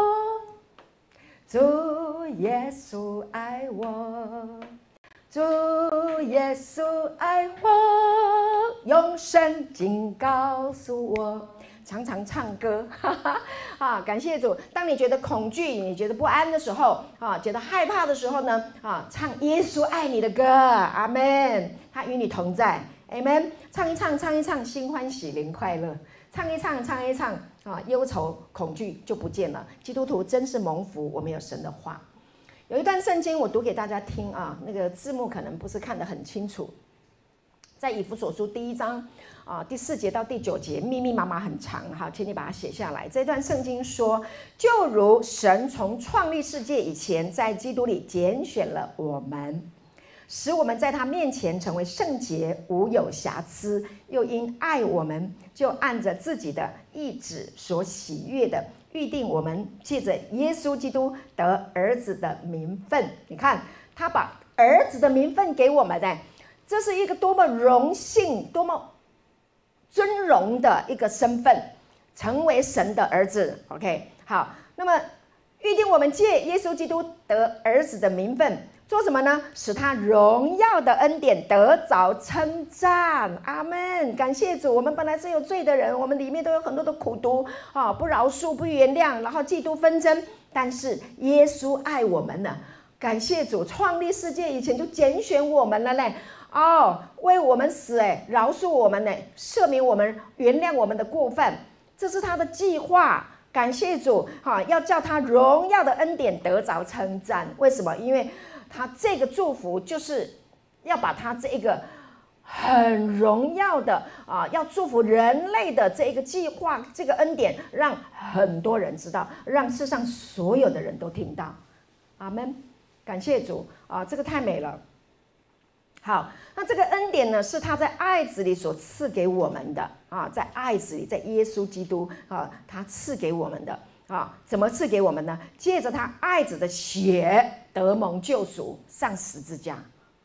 主耶稣爱我，主耶稣爱我，用圣经告诉我。常常唱歌，哈哈啊！感谢主。当你觉得恐惧、你觉得不安的时候，啊，觉得害怕的时候呢，啊，唱耶稣爱你的歌，阿们。他与你同在，阿们。唱一唱，唱一唱，心欢喜，灵快乐。唱一唱，唱一唱，啊，忧愁、恐惧就不见了。基督徒真是蒙福，我们有神的话。有一段圣经我读给大家听啊，那个字幕可能不是看得很清楚，在以弗所书第一章。啊，第四节到第九节密密麻麻很长，哈，请你把它写下来。这段圣经说，就如神从创立世界以前，在基督里拣选了我们，使我们在他面前成为圣洁，无有瑕疵，又因爱我们，就按着自己的意志所喜悦的，预定我们借着耶稣基督得儿子的名分。你看，他把儿子的名分给我们的，这是一个多么荣幸，多么尊荣的一个身份，成为神的儿子。 OK， 好，那么预定我们借耶稣基督得儿子的名分做什么呢？使他荣耀的恩典得着称赞。阿们。感谢主。我们本来是有罪的人，我们里面都有很多的苦毒啊，不饶恕、不原谅，然后嫉妒纷争，但是耶稣爱我们呢。感谢主，创立世界以前就拣选我们了嘞。哦，为我们死，哎，饶恕我们呢，赦免我们，原谅我们的过犯，这是他的计划。感谢主，哈，要叫他荣耀的恩典得着称赞。为什么？因为他这个祝福就是要把他这个很荣耀的啊，要祝福人类的这个计划，这个恩典，让很多人知道，让世上所有的人都听到。阿们。感谢主啊，这个太美了。 好，那这个恩典呢，是他在爱子里所赐给我们的啊，在爱子里，在耶稣基督啊，他赐给我们的啊，怎么赐给我们呢？借着他爱子的血得蒙救赎，上十字架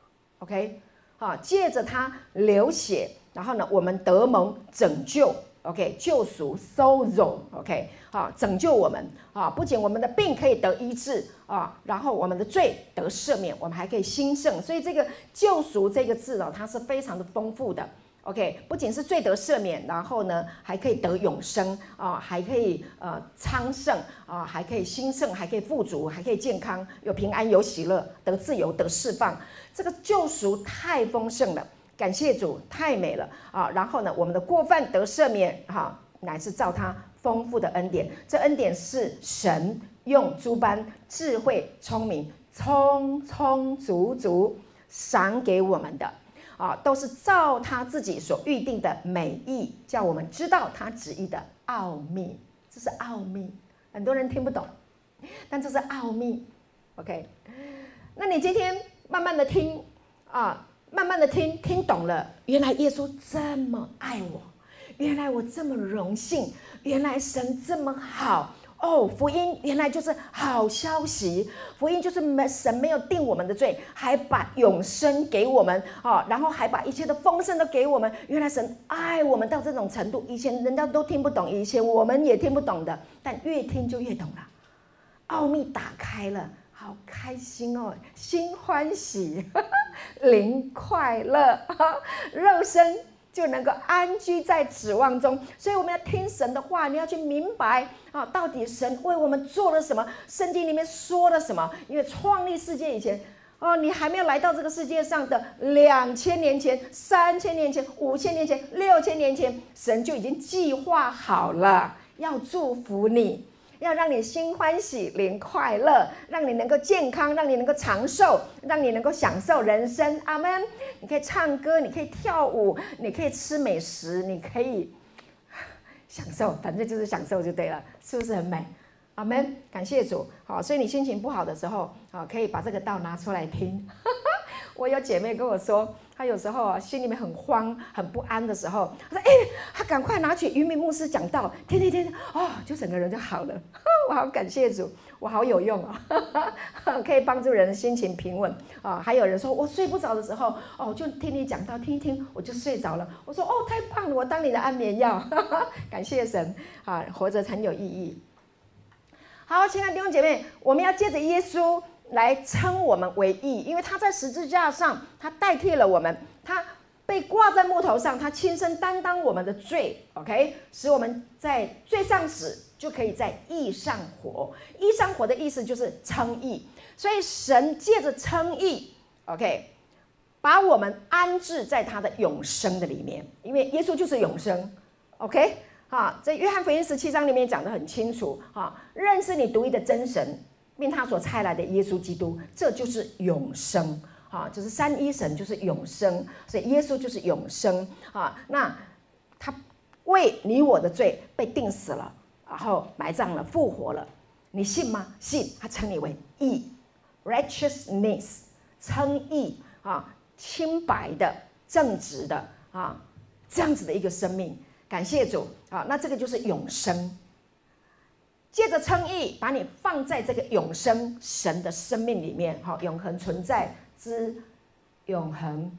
，OK， 啊，借着他流血，然后呢，我们得蒙拯救。OK， 救赎 ，sozo，OK， 好，拯救我们啊！不仅我们的病可以得医治啊，然后我们的罪得赦免，我们还可以兴盛。所以这个救赎这个字哦，它是非常的丰富的。OK， 不仅是罪得赦免，然后呢还可以得永生啊，还可以呃昌盛啊，还可以兴盛，还可以富足，还可以健康，有平安，有喜乐，得自由，得释放。这个救赎太丰盛了。感谢主，太美了啊！然后呢，我们的过犯得赦免，哈、啊，乃是照他丰富的恩典。这恩典是神用诸般智慧、聪明，充充足足赏给我们的啊，都是照他自己所预定的美意，叫我们知道他旨意的奥秘。这是奥秘，很多人听不懂，但这是奥秘。OK， 那你今天慢慢的听啊。慢慢的听，听懂了，原来耶稣这么爱我，原来我这么荣幸，原来神这么好哦！福音原来就是好消息，福音就是没神没有定我们的罪，还把永生给我们哦，然后还把一切的丰盛都给我们。原来神爱我们到这种程度，以前人家都听不懂，以前我们也听不懂的，但越听就越懂了，奥秘打开了。好开心哦，心欢喜，灵快乐，肉身就能够安居在指望中。所以我们要听神的话，你要去明白啊，到底神为我们做了什么，圣经里面说了什么。因为创立世界以前，哦，你还没有来到这个世界上的两千年前、三千年前、五千年前、六千年前，神就已经计划好了，要祝福你。要让你心欢喜灵快乐，让你能够健康，让你能够长寿，让你能够享受人生。阿们。你可以唱歌，你可以跳舞，你可以吃美食，你可以享受，反正就是享受就对了，是不是很美？阿们。感谢主。好，所以你心情不好的时候，好，可以把这个道拿出来听。我有姐妹跟我说，她有时候啊心里面很慌、很不安的时候，她说：“哎、欸，她赶快拿起于明牧师讲道，听听听，哦，就整个人就好了。”我好感谢主，我好有用哦，可以帮助人的心情平稳啊。还有人说我睡不着的时候，哦，就听你讲道，听一听，我就睡着了。我说：“哦，太棒了，我当你的安眠药。”感谢神啊，活着很有意义。好，亲爱的弟兄姐妹，我们要借着耶稣来称我们为义，因为他在十字架上，他代替了我们，他被挂在木头上，他亲身担当我们的罪 ，OK， 使我们在罪上死，就可以在义上活。义上活的意思就是称义，所以神借着称义 ，OK， 把我们安置在他的永生的里面，因为耶稣就是永生 ，OK， 啊，在约翰福音十七章里面讲得很清楚，啊，认识你独一的真神。并他所差来的耶稣基督，这就是永生啊！就是三一神就是永生，所以耶稣就是永生啊。那他为你我的罪被钉死了，然后埋葬了，复活了，你信吗？信，他称你为义 ，righteousness， 称义啊，清白的、正直的啊，这样子的一个生命。感谢主啊！那这个就是永生。借着称义，把你放在这个永生神的生命里面，哈，永恒存在之永恒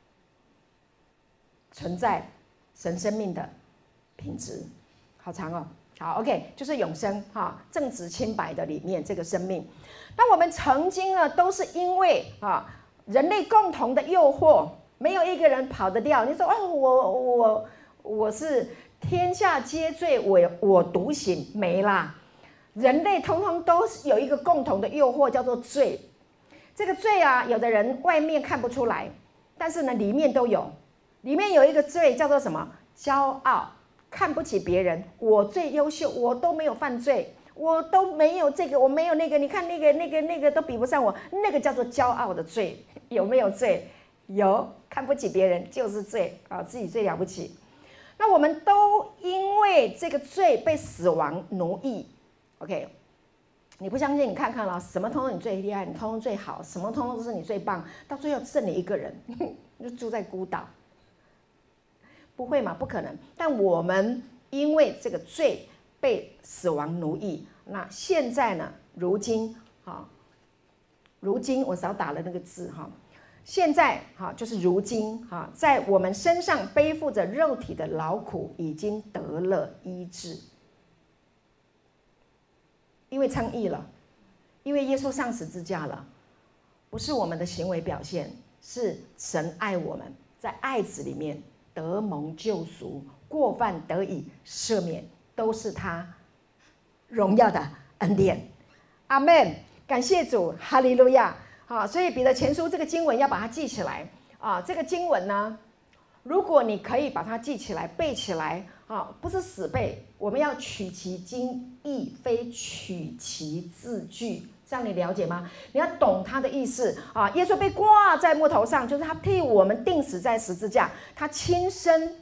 存在神生命的品质，好长哦。好 ，OK， 就是永生哈，正直清白的里面这个生命。那我们曾经呢，都是因为啊人类共同的诱惑，没有一个人跑得掉。你说哦，我我我是天下皆醉，我我独醒，没啦。人类通通都有一个共同的诱惑，叫做罪。这个罪啊，有的人外面看不出来，但是呢，里面都有。里面有一个罪叫做什么？骄傲，看不起别人。我最优秀，我都没有犯罪，我都没有这个，我没有那个。你看那个、那个、那个都比不上我，那个叫做骄傲的罪。有没有罪？有，看不起别人就是罪啊，自己最了不起。那我们都因为这个罪被死亡奴役。OK， 你不相信，你看看了，什么通通你最厉害，你通通最好，什么通通都是你最棒，到最后剩你一个人，就住在孤岛，不会嘛？不可能。但我们因为这个罪被死亡奴役，那现在呢？如今啊，如今我少打了那个字哈。现在哈，就是如今哈，在我们身上背负着肉体的劳苦，已经得了医治。因为称义了，因为耶稣上十字架了，不是我们的行为表现，是神爱我们，在爱子里面得蒙救赎，过犯得以赦免，都是他荣耀的恩典。阿们，感谢主，哈利路亚。好，所以彼得前书这个经文要把它记起来啊。这个经文呢，如果你可以把它记起来、背起来啊，不是死背，我们要取其经义，非取其字句。这样你了解吗？你要懂它的意思啊。耶稣被挂在木头上，就是他替我们钉死在十字架，他亲身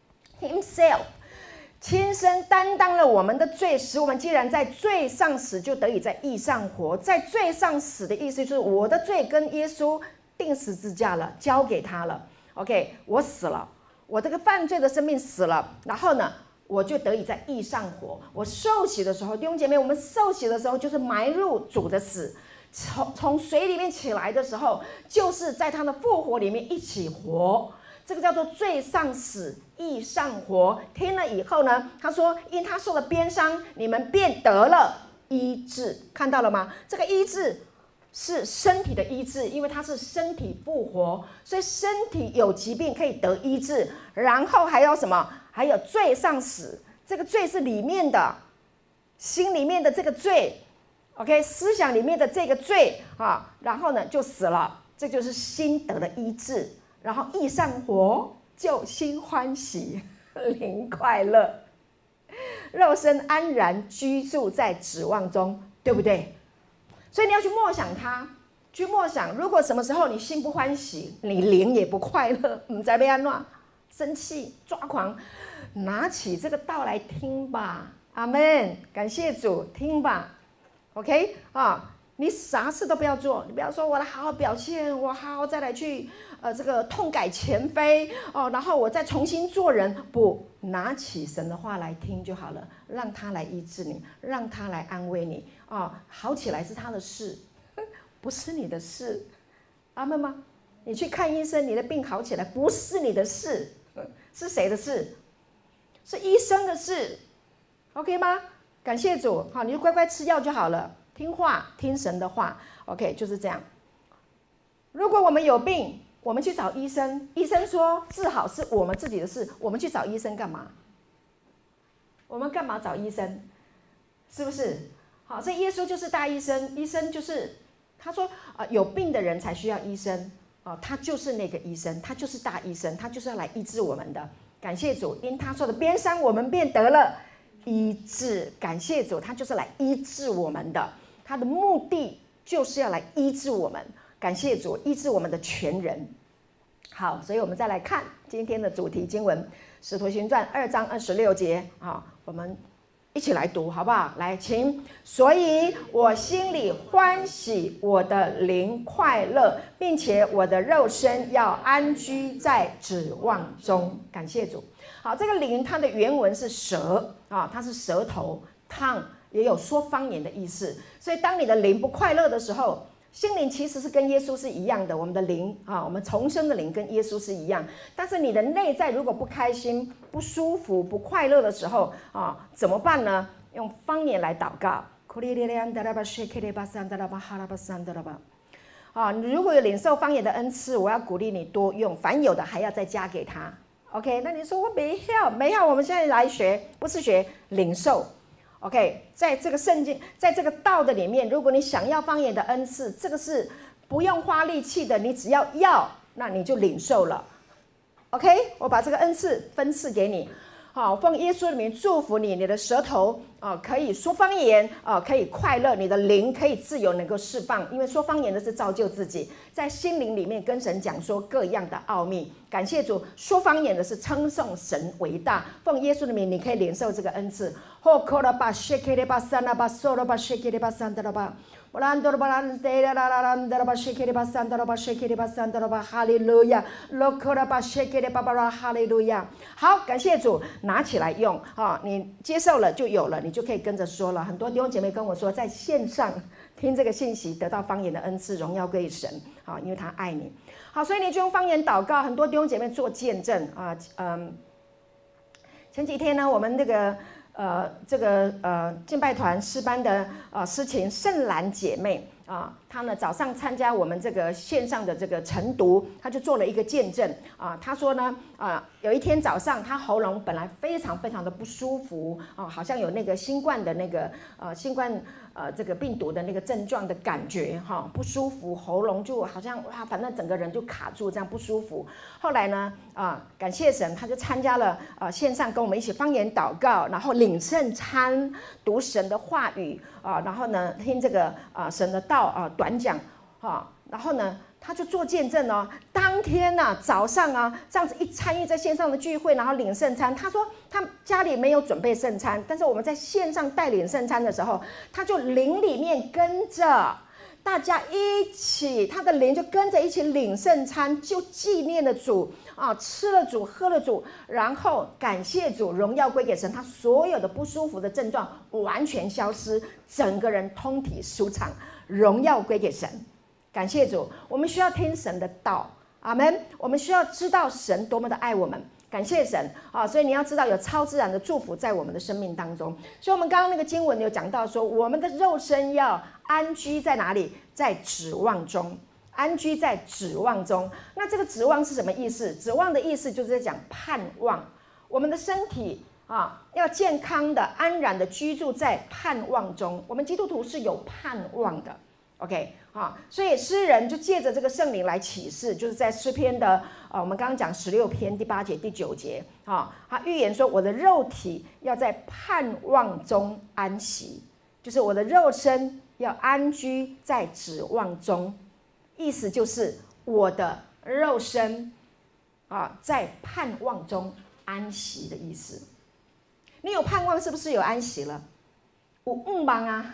himself。亲身担当了我们的罪，使我们既然在罪上死，就得以在义上活。在罪上死的意思就是我的罪跟耶稣钉十字架了，交给他了。OK， 我死了，我这个犯罪的生命死了，然后呢，我就得以在义上活。我受洗的时候，弟兄姐妹，我们受洗的时候就是埋入主的死，从从水里面起来的时候，就是在他的复活里面一起活。这个叫做罪上死，义上活。听了以后呢，他说：“因他受了鞭伤，你们便得了医治。”看到了吗？这个医治是身体的医治，因为它是身体复活，所以身体有疾病可以得医治。然后还有什么？还有罪上死，这个罪是里面的，心里面的这个罪 ，OK， 思想里面的这个罪啊，然后呢就死了，这就是心得的医治。然后义上活，就心欢喜，灵快乐，肉身安然居住在指望中，对不对？所以你要去默想它，去默想。如果什么时候你心不欢喜，你灵也不快乐，你在被安怎生气抓狂，拿起这个道来听吧。阿们，感谢主，听吧。OK 啊。你啥事都不要做，你不要说我来好好表现，我好好再来去呃这个痛改前非哦，然后我再重新做人。不，拿起神的话来听就好了，让他来医治你，让他来安慰你哦，好起来是他的事，不是你的事。阿们吗？你去看医生，你的病好起来不是你的事，是谁的事？是医生的事。OK 吗？感谢主，好，你就乖乖吃药就好了。听话，听神的话 ，OK， 就是这样。如果我们有病，我们去找医生，医生说治好是我们自己的事，我们去找医生干嘛？我们干嘛找医生？是不是？好，所以耶稣就是大医生，医生就是他说啊、呃，有病的人才需要医生啊、呃，他就是那个医生，他就是大医生，他就是要来医治我们的。感谢主，因他受的鞭伤，我们便得了医治。感谢主，他就是来医治我们的。他的目的就是要来医治我们，感谢主，医治我们的全人。好，所以我们再来看今天的主题经文《使徒行传》二章二十六节啊，我们一起来读好不好？来，请。所以我心里欢喜，我的灵快乐，并且我的肉身要安居在指望中。感谢主。好，这个灵它的原文是舌啊，它是舌头 tongue。也有说方言的意思，所以当你的灵不快乐的时候，心灵其实是跟耶稣是一样的。我们的灵啊，我们重生的灵跟耶稣是一样。但是你的内在如果不开心、不舒服、不快乐的时候啊，怎么办呢？用方言来祷告。啊，你如果有领受方言的恩赐，我要鼓励你多用，凡有的还要再加给他。OK， 那你说我没要，没要，我们现在来学，不是学领受。OK， 在这个圣经，在这个道的里面，如果你想要方言的恩赐，这个是不用花力气的，你只要要，那你就领受了。OK， 我把这个恩赐分赐给你，好，奉耶稣的名祝福你，你的舌头哦，可以说方言，哦，可以快乐，你的灵可以自由，能够释放。因为说方言的是造就自己，在心灵里面跟神讲说各样的奥秘。感谢主，说方言的是称颂神伟大。奉耶稣的名，你可以领受这个恩赐。吼科拉巴谢克勒巴萨拉巴索拉巴谢克勒巴萨德拉巴。哈利路亚，哈利路亚。好，感谢主，拿起来用啊！你接受了就有了，你就可以跟着说了。很多弟兄姐妹跟我说，在线上听这个信息，得到方言的恩赐，荣耀归神啊，因为他爱你。好，所以你就用方言祷告。很多弟兄姐妹做见证啊，嗯，前几天呢，我们那个。呃，这个呃敬拜团诗班的呃诗琴圣兰姐妹啊，她呢早上参加我们这个线上的这个晨读，她就做了一个见证啊。她说呢，啊有一天早上她喉咙本来非常非常的不舒服啊，好像有那个新冠的那个呃新冠呃这个病毒的那个症状的感觉哈，不舒服，喉咙就好像哇，反正整个人就卡住这样不舒服。后来呢啊，感谢神，她就参加了呃线上跟我们一起方言祷告，然后领圣餐，读神的话语啊，然后呢听这个啊神的道啊短讲啊，然后呢他就做见证哦。当天呢、啊、早上啊这样子一参与在线上的聚会，然后领圣餐，他说他家里没有准备圣餐，但是我们在线上带领圣餐的时候，他就灵里面跟着大家一起，他的灵就跟着一起领圣餐，就纪念了主啊，吃了主，喝了主，然后感谢主，荣耀归给神，他所有的不舒服的症状完全消失，整个人通体舒畅，荣耀归给神。感谢主，我们需要听神的道，阿们。我们需要知道神多么的爱我们，感谢神啊！所以你要知道有超自然的祝福在我们的生命当中。所以，我们刚刚那个经文有讲到说，我们的肉身要安居在哪里？在指望中，安居在指望中。那这个指望是什么意思？指望的意思就是在讲盼望，我们的身体啊要健康的、安然的居住在盼望中。我们基督徒是有盼望的。OK 啊，所以诗人就借着这个圣灵来启示，就是在诗篇的啊，我们刚刚讲十六篇第八节、第九节啊，他预言说我的肉体要在盼望中安息，就是我的肉身要安居在指望中，意思就是我的肉身啊在盼望中安息的意思。你有盼望，是不是有安息了？有嗯忙啊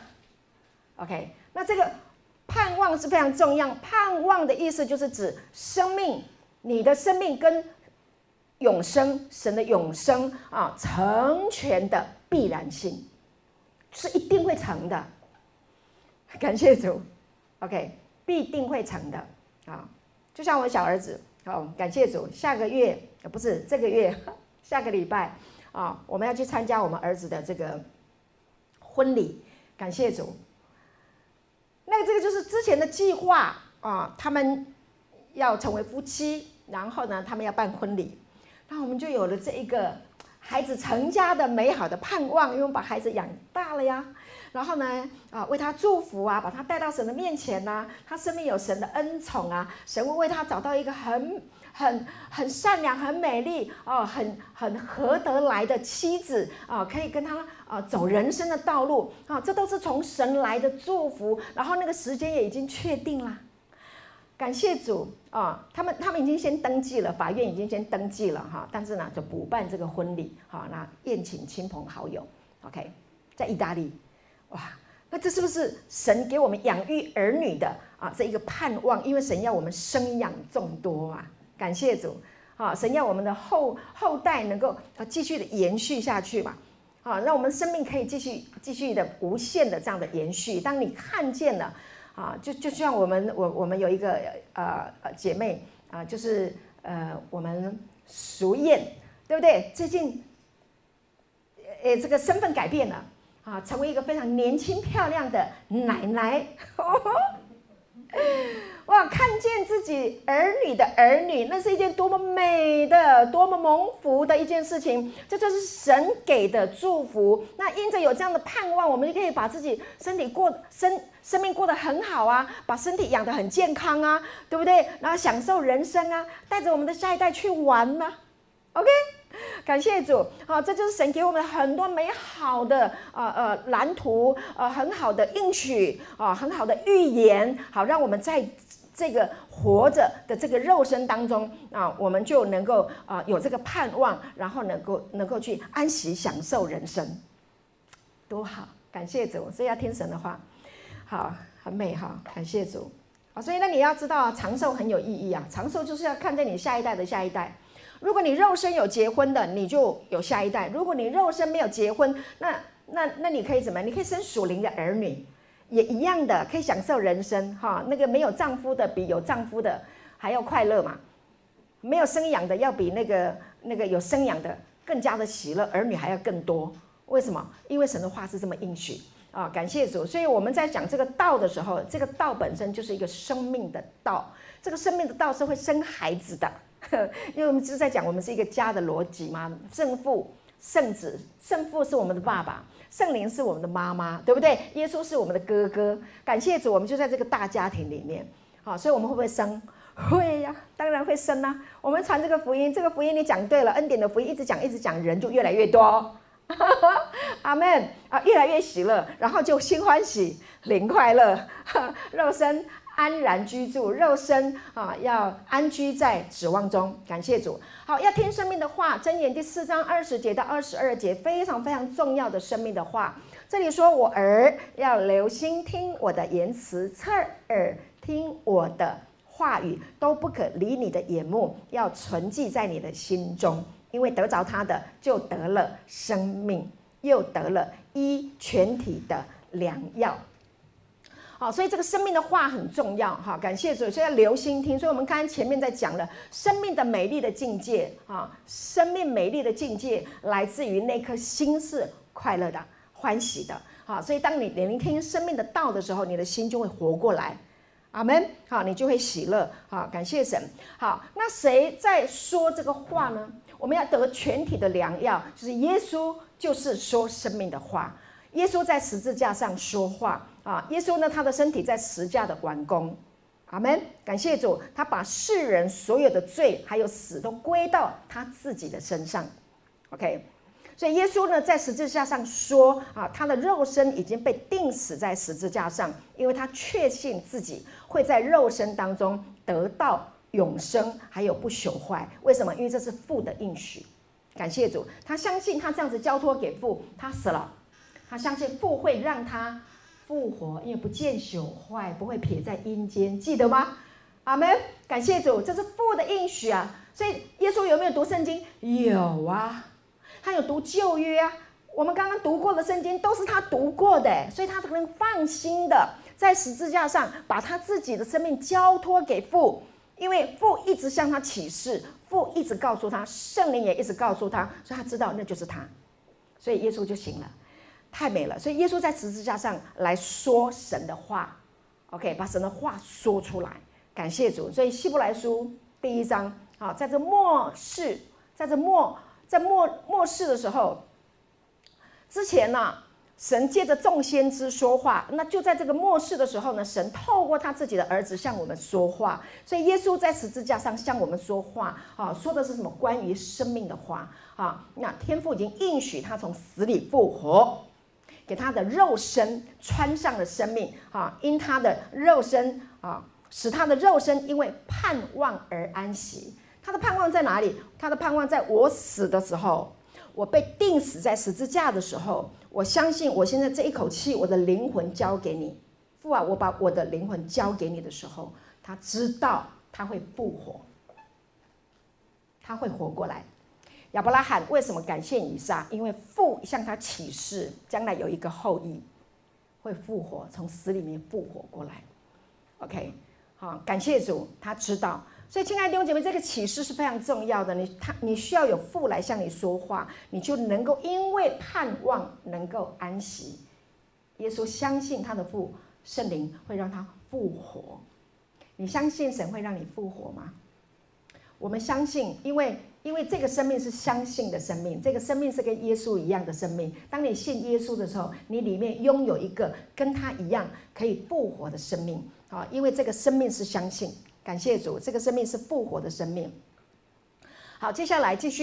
，OK， 那这个。盼望是非常重要，盼望的意思就是指生命，你的生命跟永生，神的永生啊，成全的必然性，是一定会成的。感谢主 ，OK， 必定会成的啊！就像我小儿子，哦，感谢主，下个月不是这个月，下个礼拜啊，我们要去参加我们儿子的这个婚礼，感谢主。那这个就是之前的计划啊，他们要成为夫妻，然后呢，他们要办婚礼，那我们就有了这一个孩子成家的美好的盼望，因为我们把孩子养大了呀，然后呢，啊，为他祝福啊，把他带到神的面前呐、啊，他生命有神的恩宠啊，神会为他找到一个很很很善良、很美丽哦，很很合得来的妻子啊，可以跟他啊走人生的道路啊，这都是从神来的祝福。然后那个时间也已经确定了，感谢主啊！他们他们已经先登记了，法院已经先登记了哈，但是呢，就补办这个婚礼哈，那宴请亲朋好友 ，OK， 在意大利，哇！那这是不是神给我们养育儿女的啊这一个盼望？因为神要我们生养众多嘛。感谢主，啊，神要我们的后后代能够继续的延续下去嘛，啊，让我们生命可以继续继续的无限的这样的延续。当你看见了，啊，就就像我们我我们有一个呃姐妹啊，就是呃我们淑燕，对不对？最近呃这个身份改变了啊，成为一个非常年轻漂亮的奶奶。哇！看见自己儿女的儿女，那是一件多么美的、多么蒙福的一件事情。这就是神给的祝福。那因着有这样的盼望，我们就可以把自己身体过生生命过得很好啊，把身体养得很健康啊，对不对？然后享受人生啊，带着我们的下一代去玩啊 ，OK。 感谢主啊！这就是神给我们很多美好的呃呃蓝图，呃很好的应许啊，很好的预言，好让我们在这个活着的这个肉身当中啊，我们就能够啊有这个盼望，然后能够能够去安息享受人生，多好！感谢主，所以要听神的话，好，很美哈！感谢主啊！所以呢，你要知道长寿很有意义啊，长寿就是要看在你下一代的下一代。如果你肉身有结婚的，你就有下一代；如果你肉身没有结婚，那那那你可以怎么样？你可以生属灵的儿女，也一样的可以享受人生哈。那个没有丈夫的比有丈夫的还要快乐嘛，没有生养的要比那个那个有生养的更加的喜乐，儿女还要更多。为什么？因为神的话是这么应许啊！感谢主。所以我们在讲这个道的时候，这个道本身就是一个生命的道，这个生命的道是会生孩子的。因为我们是在讲我们是一个家的逻辑嘛，圣父、圣子，圣父是我们的爸爸，圣灵是我们的妈妈，对不对？耶稣是我们的哥哥。感谢主，我们就在这个大家庭里面。好，所以我们会不会生？会呀、啊，当然会生啊。我们传这个福音，这个福音你讲对了，恩典的福音一直讲一直讲，人就越来越多。阿们啊，越来越喜乐，然后就心欢喜，灵快乐，肉身安然居住，肉身啊要安居在指望中。感谢主。好，要听生命的话。箴言第四章二十节到二十二节，非常非常重要的生命的话。这里说：“我儿要留心听我的言辞，侧耳听我的话语，都不可离你的眼目，要存记在你的心中。因为得着他的，就得了生命，又得了医全体的良药。”好，所以这个生命的话很重要哈，感谢主，所以要留心听。所以我们刚刚前面在讲了生命的美丽的境界啊，生命美丽的境界来自于那颗心是快乐的、欢喜的。好，所以当你聆听生命的道的时候，你的心就会活过来。阿们，好，你就会喜乐。好，感谢神。好，那谁在说这个话呢？我们要得全体的良药，就是耶稣，就是说生命的话。耶稣在十字架上说话啊！耶稣呢，他的身体在十架的完工，阿们，感谢主，他把世人所有的罪还有死都归到他自己的身上。OK， 所以耶稣呢，在十字架上说啊，他的肉身已经被钉死在十字架上，因为他确信自己会在肉身当中得到永生，还有不朽坏。为什么？因为这是父的应许。感谢主，他相信他这样子交托给父，他死了。他相信父会让他复活，因为不见朽坏，不会撇在阴间，记得吗？阿们，感谢主，这是父的应许啊！所以耶稣有没有读圣经？有啊，他有读旧约啊。我们刚刚读过的圣经都是他读过的，所以他能放心的在十字架上把他自己的生命交托给父，因为父一直向他启示，父一直告诉他，圣灵也一直告诉他，所以他知道那就是他，所以耶稣就行了。太美了，所以耶稣在十字架上来说神的话 ，OK， 把神的话说出来，感谢主。所以希伯来书第一章，好，在这末世，在这末在末末世的时候，之前呢、啊，神借着众先知说话，那就在这个末世的时候呢，神透过他自己的儿子向我们说话。所以耶稣在十字架上向我们说话，啊，说的是什么？关于生命的话啊。那天父已经应许他从死里复活。给他的肉身穿上了生命啊，因他的肉身啊，使他的肉身因为盼望而安息。他的盼望在哪里？他的盼望在我死的时候，我被钉死在十字架的时候，我相信我现在这一口气，我的灵魂交给你，父啊，我把我的灵魂交给你的时候，他知道他会复活，他会活过来。亚伯拉罕为什么感谢以撒？因为父向他启示，将来有一个后裔会复活，从死里面复活过来。OK， 好，感谢主，他知道。所以，亲爱的弟兄姐妹，这个启示是非常重要的。你他你需要有父来向你说话，你就能够因为盼望能够安息。耶稣相信他的父圣灵会让他复活。你相信神会让你复活吗？我们相信，因为因为这个生命是相信的生命，这个生命是跟耶稣一样的生命。当你信耶稣的时候，你里面拥有一个跟他一样可以复活的生命啊！因为这个生命是相信，感谢主，这个生命是复活的生命。好，接下来继续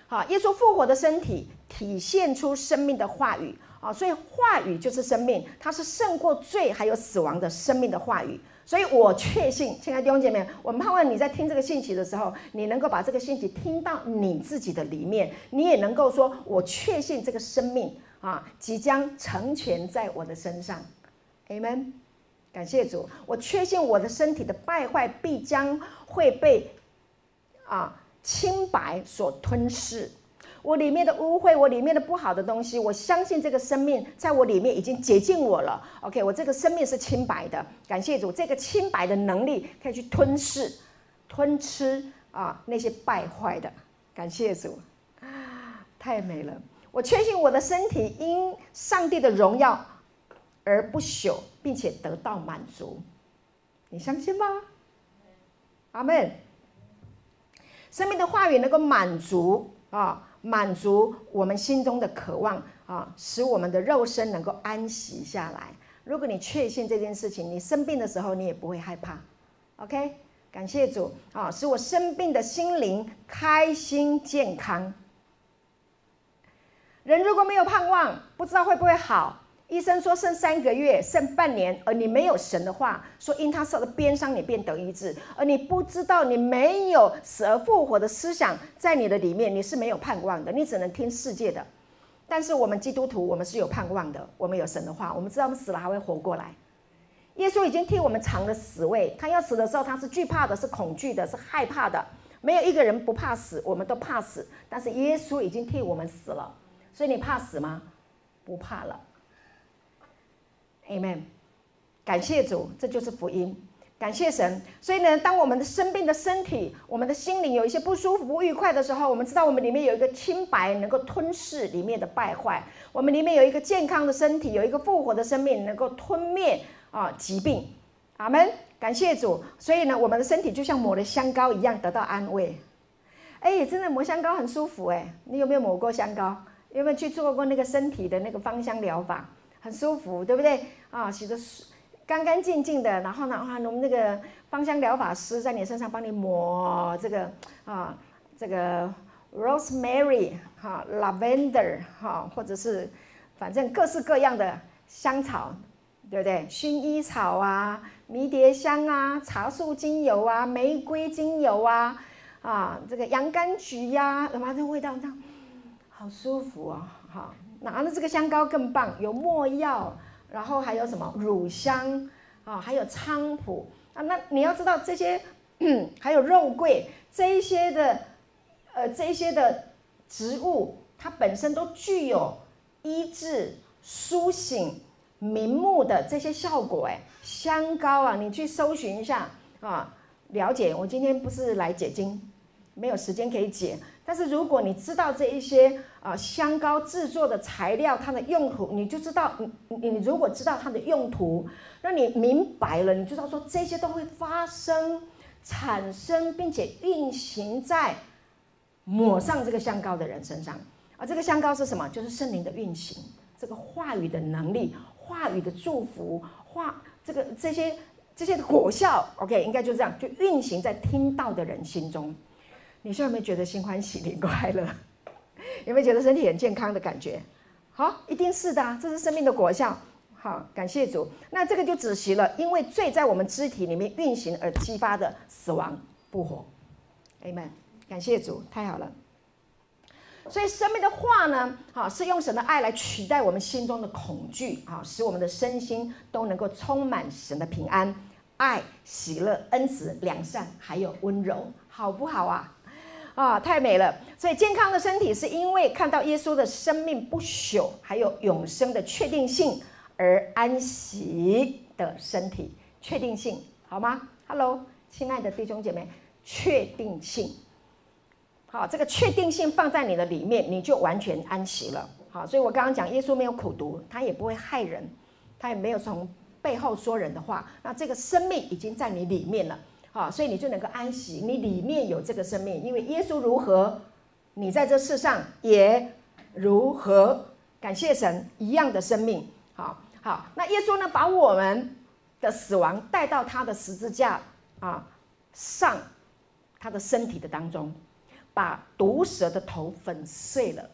好，耶稣复活的身体体现出生命的话语啊，所以话语就是生命，它是胜过罪还有死亡的生命的话语。所以我确信，亲爱的弟兄姐妹，我们盼望你在听这个信息的时候，你能够把这个信息听到你自己的里面，你也能够说，我确信这个生命啊，即将成全在我的身上。Amen。感谢主，我确信我的身体的败坏必将会被啊清白所吞噬。我里面的污秽，我里面的不好的东西，我相信这个生命在我里面已经洁净我了。OK， 我这个生命是清白的，感谢主，这个清白的能力可以去吞噬、吞吃啊那些败坏的。感谢主，太美了！我确信我的身体因上帝的荣耀而不朽，并且得到满足。你相信吗？阿们。生命的话语能够满足啊。满足我们心中的渴望啊，使我们的肉身能够安息下来。如果你确信这件事情，你生病的时候你也不会害怕。OK， 感谢主啊，使我生病的心灵开心健康。人如果没有盼望，不知道会不会好。医生说剩三个月，剩半年，而你没有神的话，说因他受的鞭伤，你便得医治。而你不知道，你没有死而复活的思想在你的里面，你是没有盼望的，你只能听世界的。但是我们基督徒，我们是有盼望的，我们有神的话，我们知道我们死了还会活过来。耶稣已经替我们尝了死味，他要死的时候，他是惧怕的，是恐惧的，是害怕的。没有一个人不怕死，我们都怕死，但是耶稣已经替我们死了，所以你怕死吗？不怕了。Amen， 感谢主，这就是福音，感谢神。所以呢，当我们的生病的身体，我们的心灵有一些不舒服、不愉快的时候，我们知道我们里面有一个清白，能够吞噬里面的败坏；我们里面有一个健康的身体，有一个复活的生命，能够吞灭啊疾病。阿们，感谢主。所以呢，我们的身体就像抹了香膏一样，得到安慰。哎，真的抹香膏很舒服哎！你有没有抹过香膏？有没有去做过那个身体的那个芳香疗法？很舒服，对不对啊？洗得干干净净的，然后呢，啊，我们那个芳香疗法师在你身上帮你抹这个啊，这个 rosemary 哈、lavender 哈，或者是反正各式各样的香草，对不对？薰衣草啊，迷迭香啊，茶树精油啊，玫瑰精油啊，啊，这个洋甘菊呀、啊，什么这味道这样，好舒服哦，哈。拿了这个香膏更棒，有没药，然后还有什么乳香啊，还有菖蒲啊。那你要知道这些，还有肉桂这一些的，呃，这一些的植物，它本身都具有医治、苏醒、明目的这些效果。哎，香膏啊，你去搜寻一下啊，了解。我今天不是来解经，没有时间可以解。但是如果你知道这一些啊、呃、香膏制作的材料，它的用途，你就知道，你你如果知道它的用途，那你明白了，你就知道说这些都会发生、产生，并且运行在抹上这个香膏的人身上。而这个香膏是什么？就是圣灵的运行，这个话语的能力、话语的祝福、话这个这些这些的果效 ，OK， 应该就这样，就运行在听到的人心中。你现在有没有觉得心欢喜、灵快乐？有没有觉得身体很健康的感觉？好，一定是的、啊，这是生命的果效。好，感谢主。那这个就止息了，因为罪在我们肢体里面运行而激发的死亡不活。Amen， 感谢主，太好了。所以生命的话呢，好，是用神的爱来取代我们心中的恐惧，好，使我们的身心都能够充满神的平安、爱、喜乐、恩慈、良善，还有温柔，好不好啊？啊，太美了！所以健康的身体是因为看到耶稣的生命不朽，还有永生的确定性而安息的身体。确定性，好吗 ？Hello， 亲爱的弟兄姐妹，确定性。好，这个确定性放在你的里面，你就完全安息了。好，所以我刚刚讲，耶稣没有苦毒，他也不会害人，他也没有从背后说人的话。那这个生命已经在你里面了。好，所以你就能够安息，你里面有这个生命，因为耶稣如何，你在这世上也如何。感谢神，一样的生命。好，好，那耶稣呢，把我们的死亡带到他的十字架啊上，他的身体的当中， 把毒蛇的头粉碎了。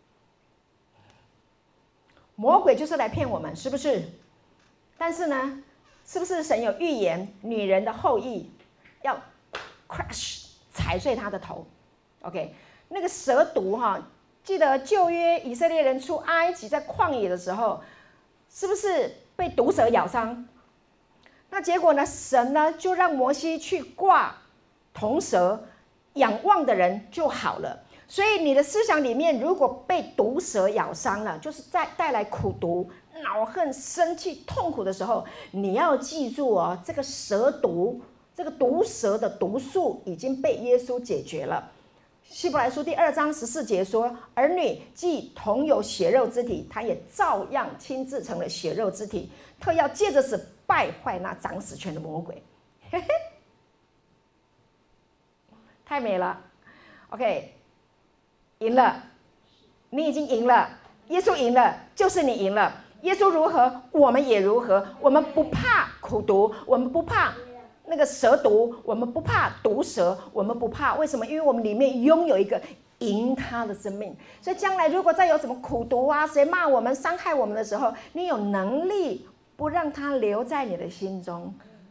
魔鬼就是来骗我们，是不是？但是呢，是不是神有预言，女人的后裔要 crush 踩碎她的头 ？OK， 那个蛇毒哈，记得旧约以色列人出埃及在旷野的时候，是不是被毒蛇咬伤？那结果呢，神呢就让摩西去挂铜蛇，仰望的人就好了。所以你的思想里面，如果被毒蛇咬伤了，就是带带来苦毒、恼恨、生气、痛苦的时候，你要记住哦，这个蛇毒，这个毒蛇的毒素已经被耶稣解决了。希伯来书第二章十四节说：“儿女既同有血肉之体，他也照样亲自成了血肉之体，特要借着死败坏那掌死权的魔鬼。”嘿嘿，太美了。OK。赢了，你已经赢了，耶稣赢了，就是你赢了。耶稣如何，我们也如何。我们不怕苦毒，我们不怕那个蛇毒，我们不怕毒蛇，我们不怕。为什么？因为我们里面拥有一个赢他的生命。所以将来如果再有什么苦毒啊，谁骂我们、伤害我们的时候，你有能力不让他留在你的心中。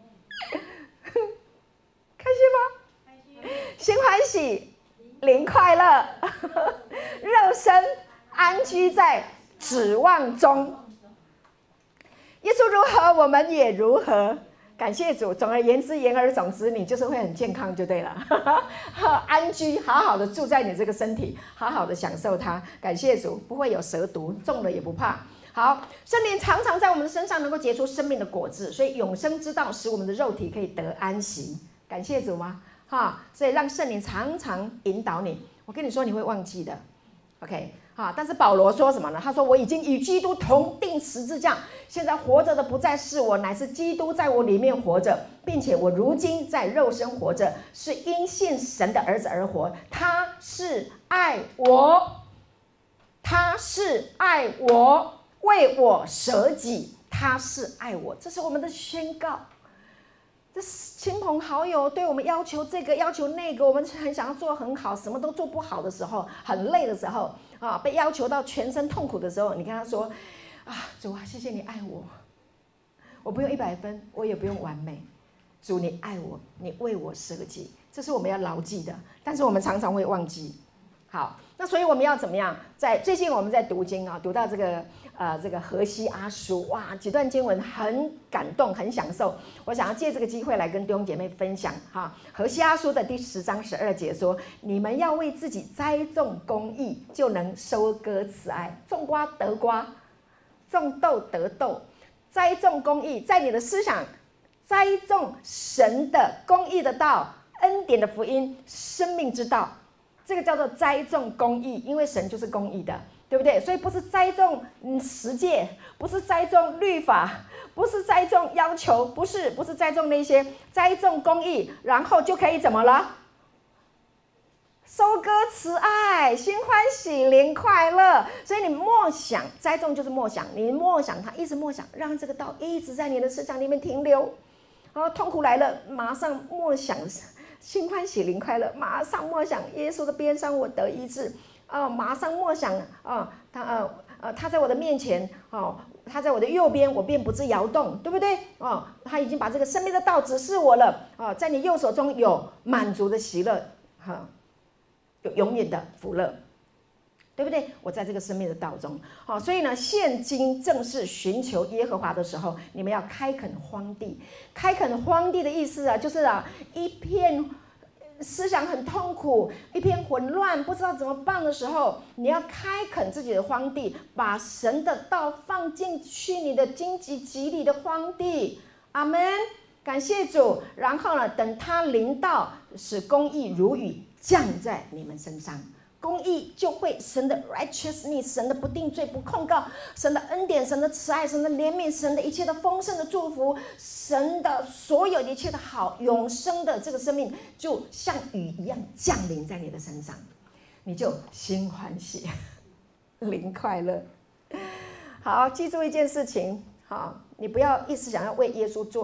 开心吗？心欢喜。灵快乐，肉身安居在指望中。耶稣如何，我们也如何。感谢主。总而言之，言而总之，你就是会很健康就对了。安居，好好的住在你这个身体，好好的享受它。感谢主，不会有蛇毒，中了也不怕。好，圣灵常常在我们的身上能够结出生命的果子，所以永生之道使我们的肉体可以得安息。感谢主吗？哈，所以让圣灵常常引导你。我跟你说，你会忘记的 ，OK， 哈。但是保罗说什么呢？他说：“我已经与基督同定十字架，现在活着的不再是我，乃是基督在我里面活着，并且我如今在肉身活着，是因信神的儿子而活。他是爱我，他是爱我，为我舍己，他是爱我。”这是我们的宣告。这亲朋好友对我们要求这个要求那个，我们很想要做很好，什么都做不好的时候，很累的时候啊，被要求到全身痛苦的时候，你跟他说：“啊，主啊，谢谢你爱我，我不用一百分，我也不用完美，主你爱我，你为我舍己。”这是我们要牢记的，但是我们常常会忘记。好，那所以我们要怎么样？在最近我们在读经啊，读到这个呃这个何西阿书，哇，几段经文很感动，很享受。我想要借这个机会来跟弟兄姐妹分享哈。何西阿书的第十章十二节说：“你们要为自己栽种公义，就能收割慈爱。种瓜得瓜，种豆得豆。栽种公义，在你的思想栽种神的公义的道、恩典的福音、生命之道。”这个叫做栽种公义，因为神就是公义的，对不对？所以不是栽种嗯十诫，不是栽种律法，不是栽种要求，不是不是栽种那些，栽种公义，然后就可以怎么了？收割慈爱，心欢喜，灵快乐。所以你默想，栽种就是默想，你默想它，一直默想，让这个道一直在你的思想里面停留。然后痛苦来了，马上默想。心欢喜灵快乐，马上默想耶稣的鞭伤我得医治，哦，马上默想啊、哦，他呃呃他在我的面前，哦，他在我的右边，我便不致摇动，对不对？哦，他已经把这个生命的道指示我了，哦，在你右手中有满足的喜乐，哈、哦，有永远的福乐，对不对？我在这个生命的道中，好、哦，所以呢，现今正是寻求耶和华的时候，你们要开垦荒地。开垦荒地的意思啊，就是啊，一片思想很痛苦，一片混乱，不知道怎么办的时候，你要开垦自己的荒地，把神的道放进去你的荆棘蒺藜的荒地。阿们，感谢主。然后呢，等他临到，使公义如雨降在你们身上。公义就会神的 righteousness， 神的不定罪不控告，神的恩典，神的慈爱，神的怜悯，神的一切的丰盛的祝福，神的所有一切的好永生的这个生命，就像雨一样降临在你的身上，你就心欢喜，灵快乐。好，记住一件事情，好，你不要一直想要为耶稣做什么，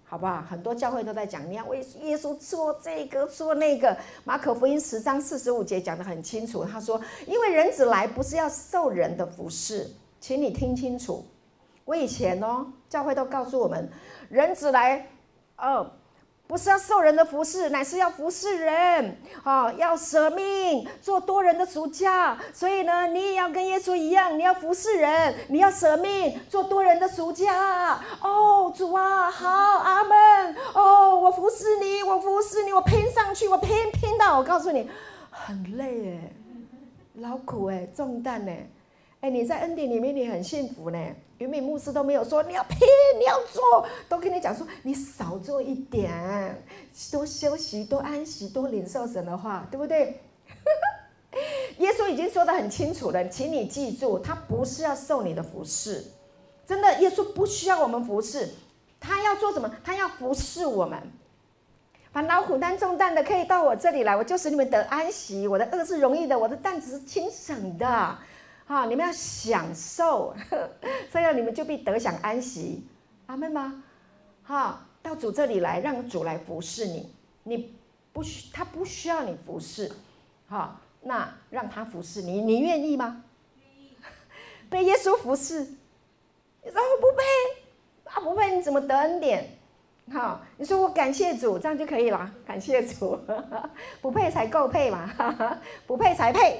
好不好？很多教会都在讲，你要为耶稣做这个做那个。马可福音十章四十五节讲得很清楚，他说：“因为人子来不是要受人的服侍。”请你听清楚，我以前哦，教会都告诉我们，人子来，哦。不是要受人的服侍，乃是要服侍人，哦，要舍命做多人的主教。所以呢，你也要跟耶稣一样，你要服侍人，你要舍命做多人的主教。哦，主啊，好，阿们。哦，我服侍你，我服侍你，我拼上去，我拼拼到，我告诉你，很累哎，劳苦哎，重担哎。哎，你在恩典里面，你很幸福呢。云敏牧师都没有说你要拼，你要做，都跟你讲说你少做一点，多休息，多安息，多领受神的话，对不对？耶稣已经说得很清楚了，请你记住，他不是要受你的服侍，真的，耶稣不需要我们服侍，他要做什么？他要服侍我们。烦恼苦担重担的，可以到我这里来，我就使你们得安息。我的轭是容易的，我的担子是轻省的。啊，你们要享受，这样你们就必得享安息，阿们吗？哈，到主这里来，让主来服侍你，你不需他不需要你服侍，哈，那让他服侍你，你愿意吗？被耶稣服侍，你说我不配，啊不配，你怎么得恩典？好，你说我感谢主，这样就可以了，感谢主，不配才够配嘛，不配才配。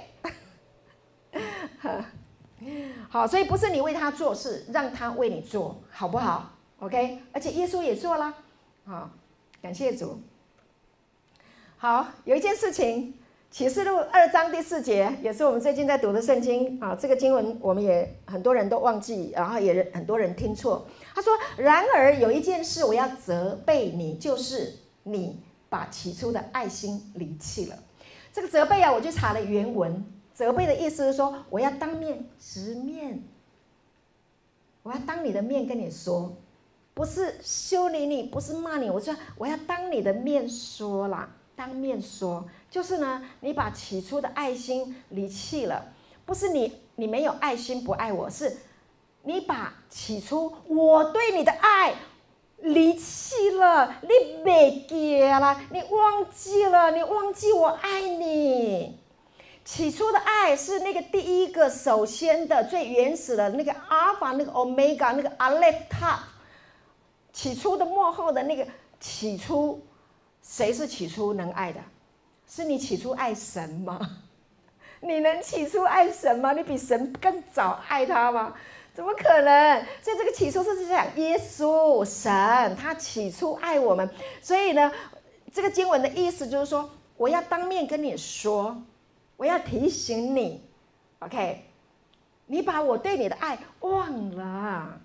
好，所以不是你为他做事，让他为你做，好不好 ？OK， 而且耶稣也做了，好，感谢主。好，有一件事情，启示录二章第四节，也是我们最近在读的圣经啊。这个经文我们也很多人都忘记，然后也很多人听错。他说：“然而有一件事我要责备你，就是你把起初的爱心离弃了。”这个责备啊，我去查了原文。责备的意思是说，我要当面直面，我要当你的面跟你说，不是修理你，不是骂你，我说我要当你的面说啦，当面说，就是呢，你把起初的爱心离弃了，不是你你没有爱心不爱我，是你把起初我对你的爱离弃了，你没记了，你忘记了，你忘记我爱你。起初的爱是那个第一个首先的最原始的那个阿尔法那个 omega 那个 aleph top， 起初的末后的那个起初，谁是起初能爱的？是你起初爱神吗？你能起初爱神吗？你比神更早爱他吗？怎么可能？所以这个起初是讲耶稣神，他起初爱我们。所以呢，这个经文的意思就是说，我要当面跟你说。我要提醒你 ，OK， 你把我对你的爱忘了，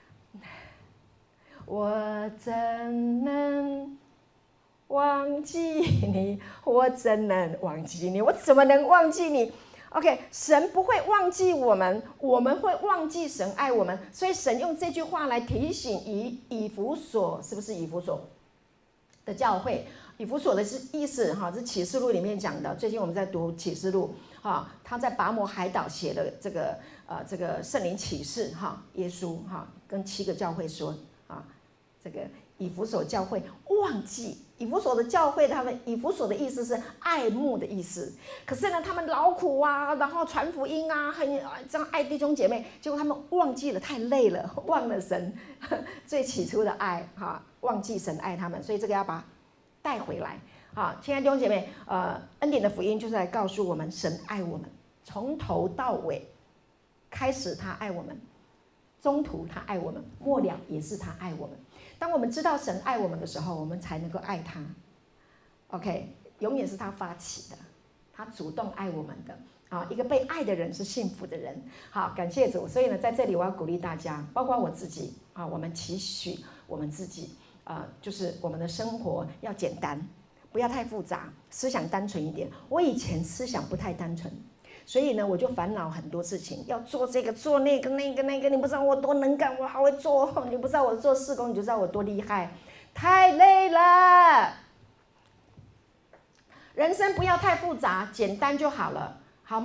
我怎能忘记你？我怎能忘记你？我怎么能忘记你 ？OK， 神不会忘记我们，我们会忘记神爱我们，所以神用这句话来提醒以以弗所，是不是以弗所的教会？以弗所的意思哈，是启示录里面讲的。最近我们在读启示录哈，他在拔摩海岛写的这个呃这个圣灵启示哈，耶稣哈跟七个教会说啊，这个以弗所教会忘记以弗所的教会，他们以弗所的意思是爱慕的意思。可是呢，他们劳苦啊，然后传福音啊，很这样爱弟兄姐妹，结果他们忘记了，太累了，忘了神最起初的爱哈，忘记神爱他们，所以这个要把带回来，好，亲爱的弟兄姐妹，呃，恩典的福音就是来告诉我们，神爱我们，从头到尾，开始他爱我们，中途他爱我们，末了也是他爱我们。当我们知道神爱我们的时候，我们才能够爱他。OK， 永远是他发起的，他主动爱我们的。啊，一个被爱的人是幸福的人。好，感谢主。所以呢，在这里我要鼓励大家，包括我自己啊，我们期许我们自己。呃，就是我们的生活要简单，不要太复杂，思想单纯一点。我以前思想不太单纯，所以呢，我就烦恼很多事情，要做这个做那个那个那个。你不知道我多能干，我好会做；你不知道我做事工，你就知道我多厉害。太累了，人生不要太复杂，简单就好了，好吗？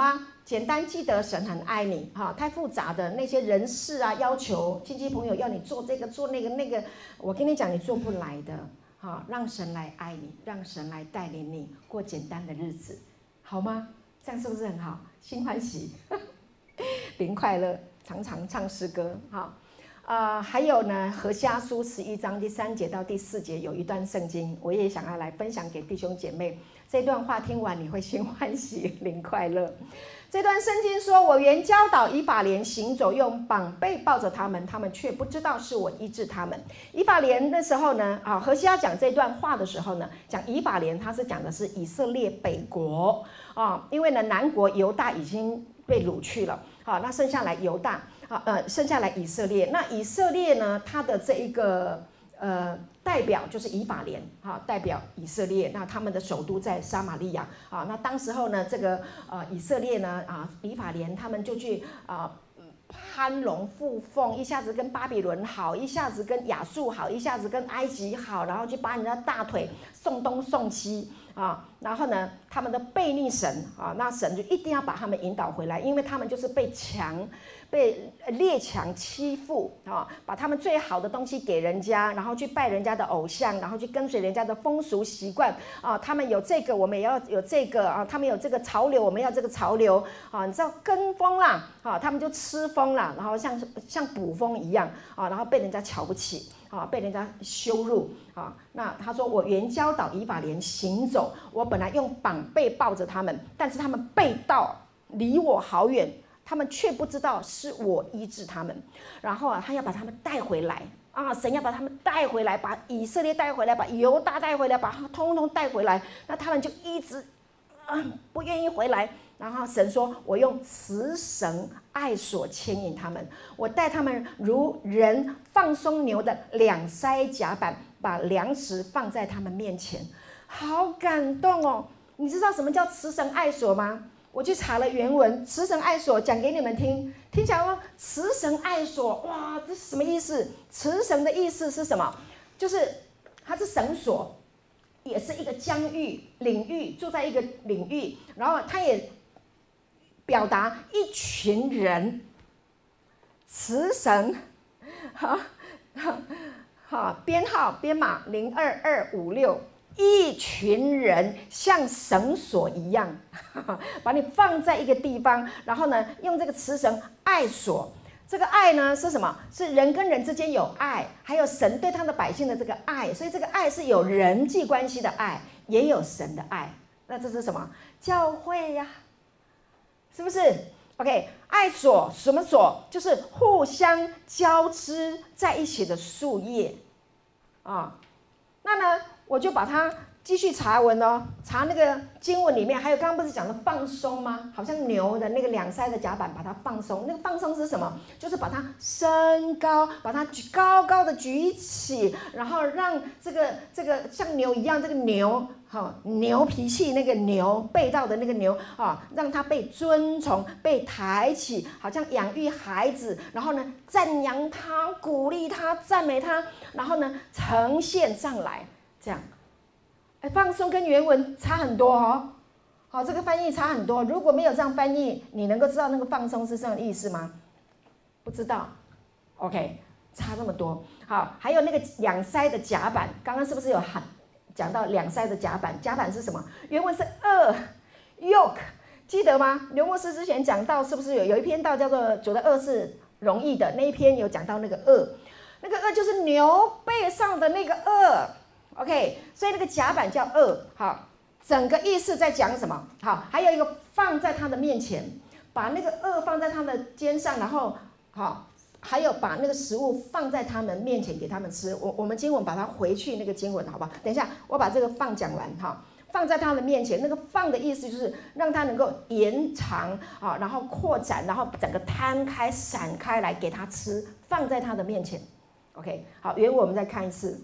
简单记得神很爱你哈，太复杂的那些人事啊要求，亲戚朋友要你做这个做那个那个，我跟你讲你做不来的哈，让神来爱你，让神来带领你过简单的日子，好吗？这样是不是很好？心欢喜，灵快乐，常常唱诗歌哈。呃，还有呢，何西阿书十一章第三节到第四节有一段圣经，我也想要来分享给弟兄姐妹。这段话听完你会心欢喜，灵快乐。这段圣经说：“我原教导以法莲行走，用膀臂抱着他们，他们却不知道是我医治他们。”以法莲那时候呢，啊，何西阿讲这段话的时候呢，讲以法莲，他是讲的是以色列北国啊，因为呢，南国犹大已经被掳去了，好，那剩下来犹大。好，呃，剩下来以色列。那以色列呢，它的这一个呃代表就是以法莲，哈，代表以色列。那他们的首都在撒玛利亚，啊，那当时候呢，这个呃以色列呢，啊，以法莲他们就去啊攀龙附凤，一下子跟巴比伦好，一下子跟亚述好，一下子跟埃及好，然后去把人家大腿送东送西。啊，然后呢，他们的背逆神啊，那神就一定要把他们引导回来，因为他们就是被强、被列强欺负啊，把他们最好的东西给人家，然后去拜人家的偶像，然后去跟随人家的风俗习惯啊。他们有这个，我们也要有这个啊；他们有这个潮流，我们要这个潮流啊。你知道跟风啦，啊，他们就吃风啦，然后像像捕风一样啊，然后被人家瞧不起。啊，被人家羞辱啊！那他说我原教导以法莲行走，我本来用膀臂抱着他们，但是他们背道离我好远，他们却不知道是我医治他们。然后啊，他要把他们带回来啊，神要把他们带回来，把以色列带回来，把犹大带回来，把他通通带回来。那他们就一直啊不愿意回来。然后神说：“我用慈绳爱索牵引他们，我带他们如人放松牛的两腮甲板，把粮食放在他们面前。”好感动哦！你知道什么叫慈绳爱索吗？我去查了原文，慈绳爱索讲给你们听。听起来说慈绳爱索，哇，这是什么意思？慈绳的意思是什么？就是它是绳索，也是一个疆域、领域，住在一个领域，然后它也表达一群人，慈绳，好，好，编号编码零二二五六，一群人像绳索一样，把你放在一个地方，然后呢，用这个慈绳爱索。这个爱呢是什么？是人跟人之间有爱，还有神对他的百姓的这个爱，所以这个爱是有人际关系的爱，也有神的爱。那这是什么？教会呀、啊。是不是 ？OK， 爱索什么索？就是互相交织在一起的树叶啊。那呢，我就把它继续查文哦，查那个经文里面，还有刚刚不是讲的放松吗？好像牛的那个两腮的甲板，把它放松。那个放松是什么？就是把它升高，把它举高高的举起，然后让这个这个像牛一样，这个牛。好，牛脾气那个牛，背道的那个牛啊，让它被尊崇、被抬起，好像养育孩子，然后呢，赞扬他、鼓励他、赞美他，然后呢，呈现上来，这样，哎，放松跟原文差很多哦。好，这个翻译差很多。如果没有这样翻译，你能够知道那个放松是这样的意思吗？不知道。OK， 差这么多。好，还有那个两腮的甲板，刚刚是不是有喊？讲到两腮的甲板，甲板是什么？原文是轭 yoke， 记得吗？刘牧师之前讲到，是不是有有一篇道叫做“主的轭是容易的”？那一篇有讲到那个轭，那个轭就是牛背上的那个轭。OK， 所以那个甲板叫轭。好，整个意思在讲什么？好，还有一个放在他的面前，把那个轭放在他的肩上，然后好。还有把那个食物放在他们面前给他们吃。我我们经文把它回去那个经文，好吧？等一下我把这个放讲完哈。放在他的面前，那个放的意思就是让他能够延长啊，然后扩展，然后整个摊开散开来给他吃，放在他的面前。OK， 好，原文我们再看一次，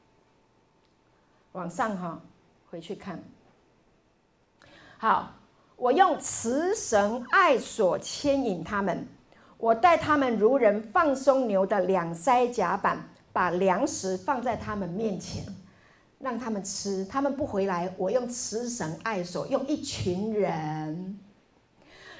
往上哈，回去看。好，我用慈绳爱索牵引他们。我带他们如人放松牛的两腮甲板，把粮食放在他们面前，让他们吃。他们不回来，我用慈绳爱索，用一群人，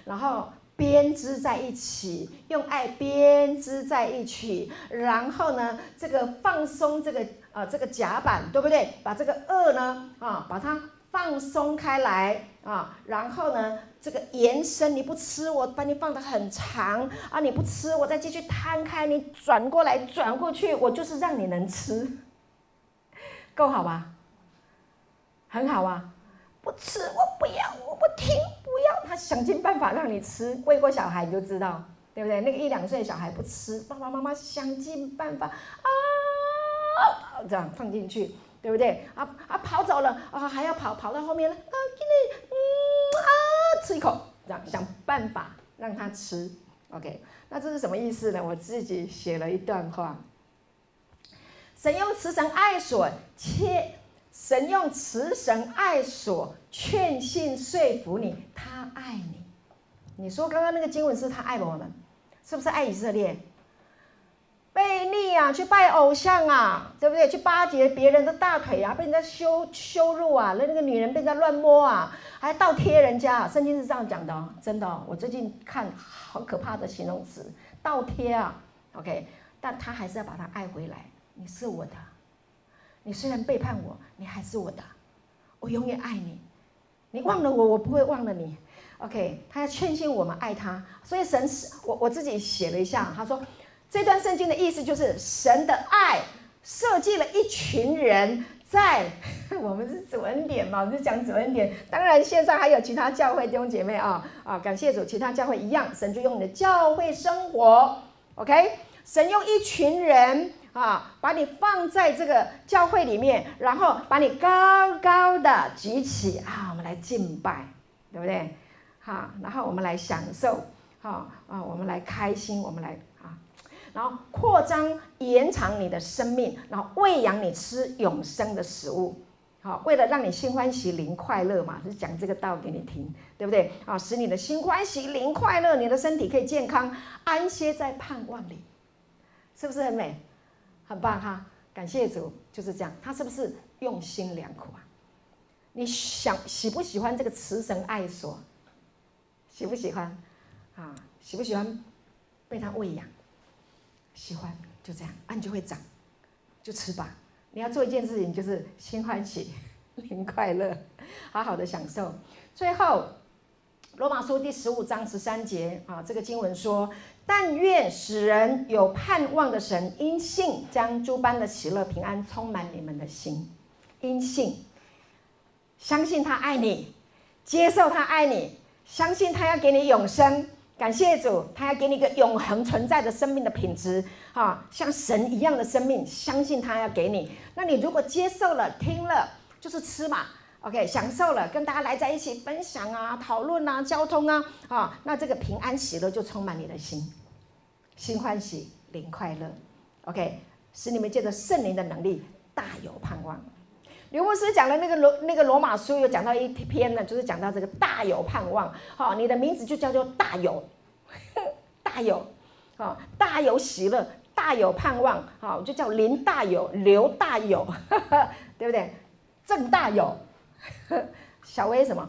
然后编织在一起，用爱编织在一起，然后呢，这个放松这个呃这个甲板，对不对？把这个腭呢啊，把它放松开来啊，然后呢，这个延伸，你不吃，我把你放得很长啊，你不吃，我再继续摊开，你转过来转过去，我就是让你能吃，够好吧？很好啊。不吃，我不要，我不听，不要。他想尽办法让你吃，喂过小孩你就知道，对不对？那个一两岁的小孩不吃，爸爸妈妈想尽办法啊，这样放进去，对不对？啊啊，跑走了啊，还要跑，跑到后面了啊，给你嗯啊，吃一口，这样想办法让他吃。OK， 那这是什么意思呢？我自己写了一段话，神用慈神爱所切。神用慈神爱所劝信说服你，他爱你。你说刚刚那个经文是他爱我们，是不是爱以色列？悖逆啊，去拜偶像啊，对不对？去巴结别人的大腿啊，被人家羞羞辱啊，那那个女人被人家乱摸啊，还倒贴人家、啊。圣经是这样讲的、哦，真的、哦。我最近看好可怕的形容词，倒贴啊。OK， 但他还是要把他爱回来。你是我的。你虽然背叛我，你还是我的，我永远爱你。你忘了我，我不会忘了你。OK， 他要劝信我们爱他，所以神，我我自己写了一下，他说这段圣经的意思就是神的爱设计了一群人在，我们是主恩典嘛，我们是讲主恩典。当然线上还有其他教会弟兄姐妹啊啊，感谢主，其他教会一样，神就用你的教会生活 ，OK， 神用一群人。啊，把你放在这个教会里面，然后把你高高的举起啊，我们来敬拜，对不对？哈，然后我们来享受，哈啊，我们来开心，我们来啊，然后扩张延长你的生命，然后喂养你吃永生的食物，好，为了让你心欢喜灵快乐嘛，是讲这个道给你听，对不对？啊，使你的心欢喜灵快乐，你的身体可以健康，安歇在盼望里，是不是很美？很棒哈，感谢主，就是这样。他是不是用心良苦啊？你想喜不喜欢这个慈神爱所？喜不喜欢？啊，喜不喜欢被他喂养？喜欢，就这样，啊，你就会长，就吃吧。你要做一件事情，就是心欢喜，灵快乐，好好的享受。最后，罗马书第十五章十三节啊，这个经文说。但愿使人有盼望的神，因信将诸般的喜乐平安充满你们的心。因信，相信他爱你，接受他爱你，相信他要给你永生。感谢主，他要给你一个永恒存在的生命的品质，啊，像神一样的生命，相信他要给你。那你如果接受了、听了，就是吃嘛。OK， 享受了，跟大家来在一起分享啊、讨论啊、交通啊，啊，那这个平安喜乐就充满你的心，心欢喜，灵快乐。OK， 使你们借着圣灵的能力大有盼望。刘牧师讲的那个罗那个罗马书有讲到一篇呢，就是讲到这个大有盼望。好、哦，你的名字就叫做大有，大有，哦，大有喜乐，大有盼望，好、哦，就叫林大有、刘大有，对不对？郑大有。小薇什么？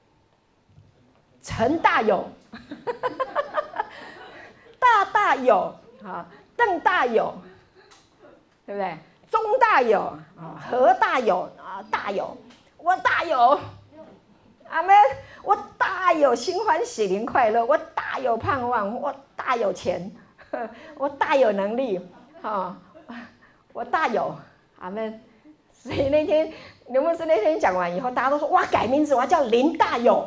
陈大有，大大有啊，邓大有，对不对？钟大有啊，何大有啊，大有，我大有，阿们，我大有心欢喜灵快乐，我大有盼望，我大有钱，我大有能力，啊，我大有，阿们。所以那天刘牧师那天讲完以后，大家都说哇，改名字我要叫林大有，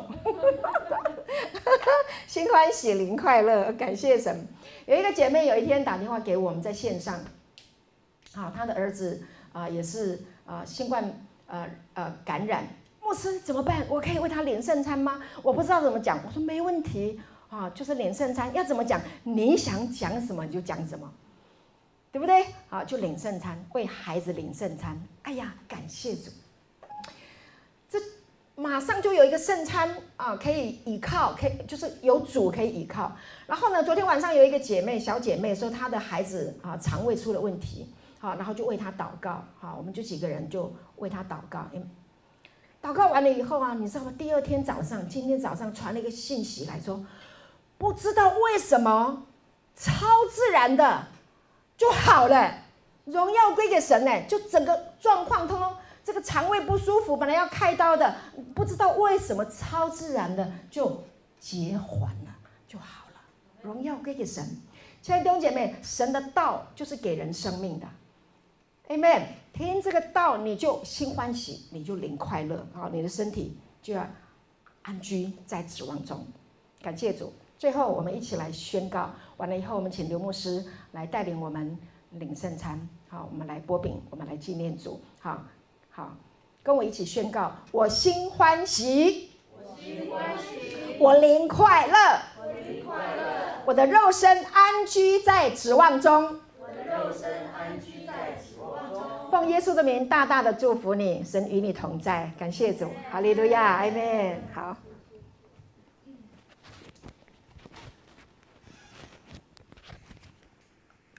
心欢喜灵快乐，感谢神。有一个姐妹有一天打电话给我们，在线上，啊，她的儿子啊、呃、也是啊、呃、新冠呃呃感染，牧师怎么办？我可以为他领圣餐吗？我不知道怎么讲，我说没问题啊，就是领圣餐，要怎么讲？你想讲什么你就讲什么。对不对？好，就领圣餐，为孩子领圣餐。哎呀，感谢主！这马上就有一个圣餐啊，可以倚靠，可以就是有主可以倚靠。然后呢，昨天晚上有一个姐妹，小姐妹说她的孩子啊肠胃出了问题，好，然后就为她祷告，好，我们就几个人就为她祷告。祷祷告完了以后啊，你知道吗？第二天早上，今天早上传了一个信息来说，不知道为什么，超自然的就好了，荣耀归给神呢，就整个状况通通，这个肠胃不舒服，本来要开刀的，不知道为什么超自然的就结缓了，就好了，荣耀归给神。亲爱的弟兄姐妹，神的道就是给人生命的。Amen， 听这个道你就心欢喜，你就灵快乐，好，你的身体就要安居在指望中。感谢主。最后我们一起来宣告，完了以后我们请刘牧师来带领我们领圣餐。好，我们来擘饼，我们来纪念主。好，好，跟我一起宣告：我心欢喜，我心欢喜，我灵快乐，我灵快乐，我的肉身安居在指望中，我的肉身安居在指望中。奉耶稣的名，大大的祝福你，神与你同在。感谢主，哈利路亚，阿们。好。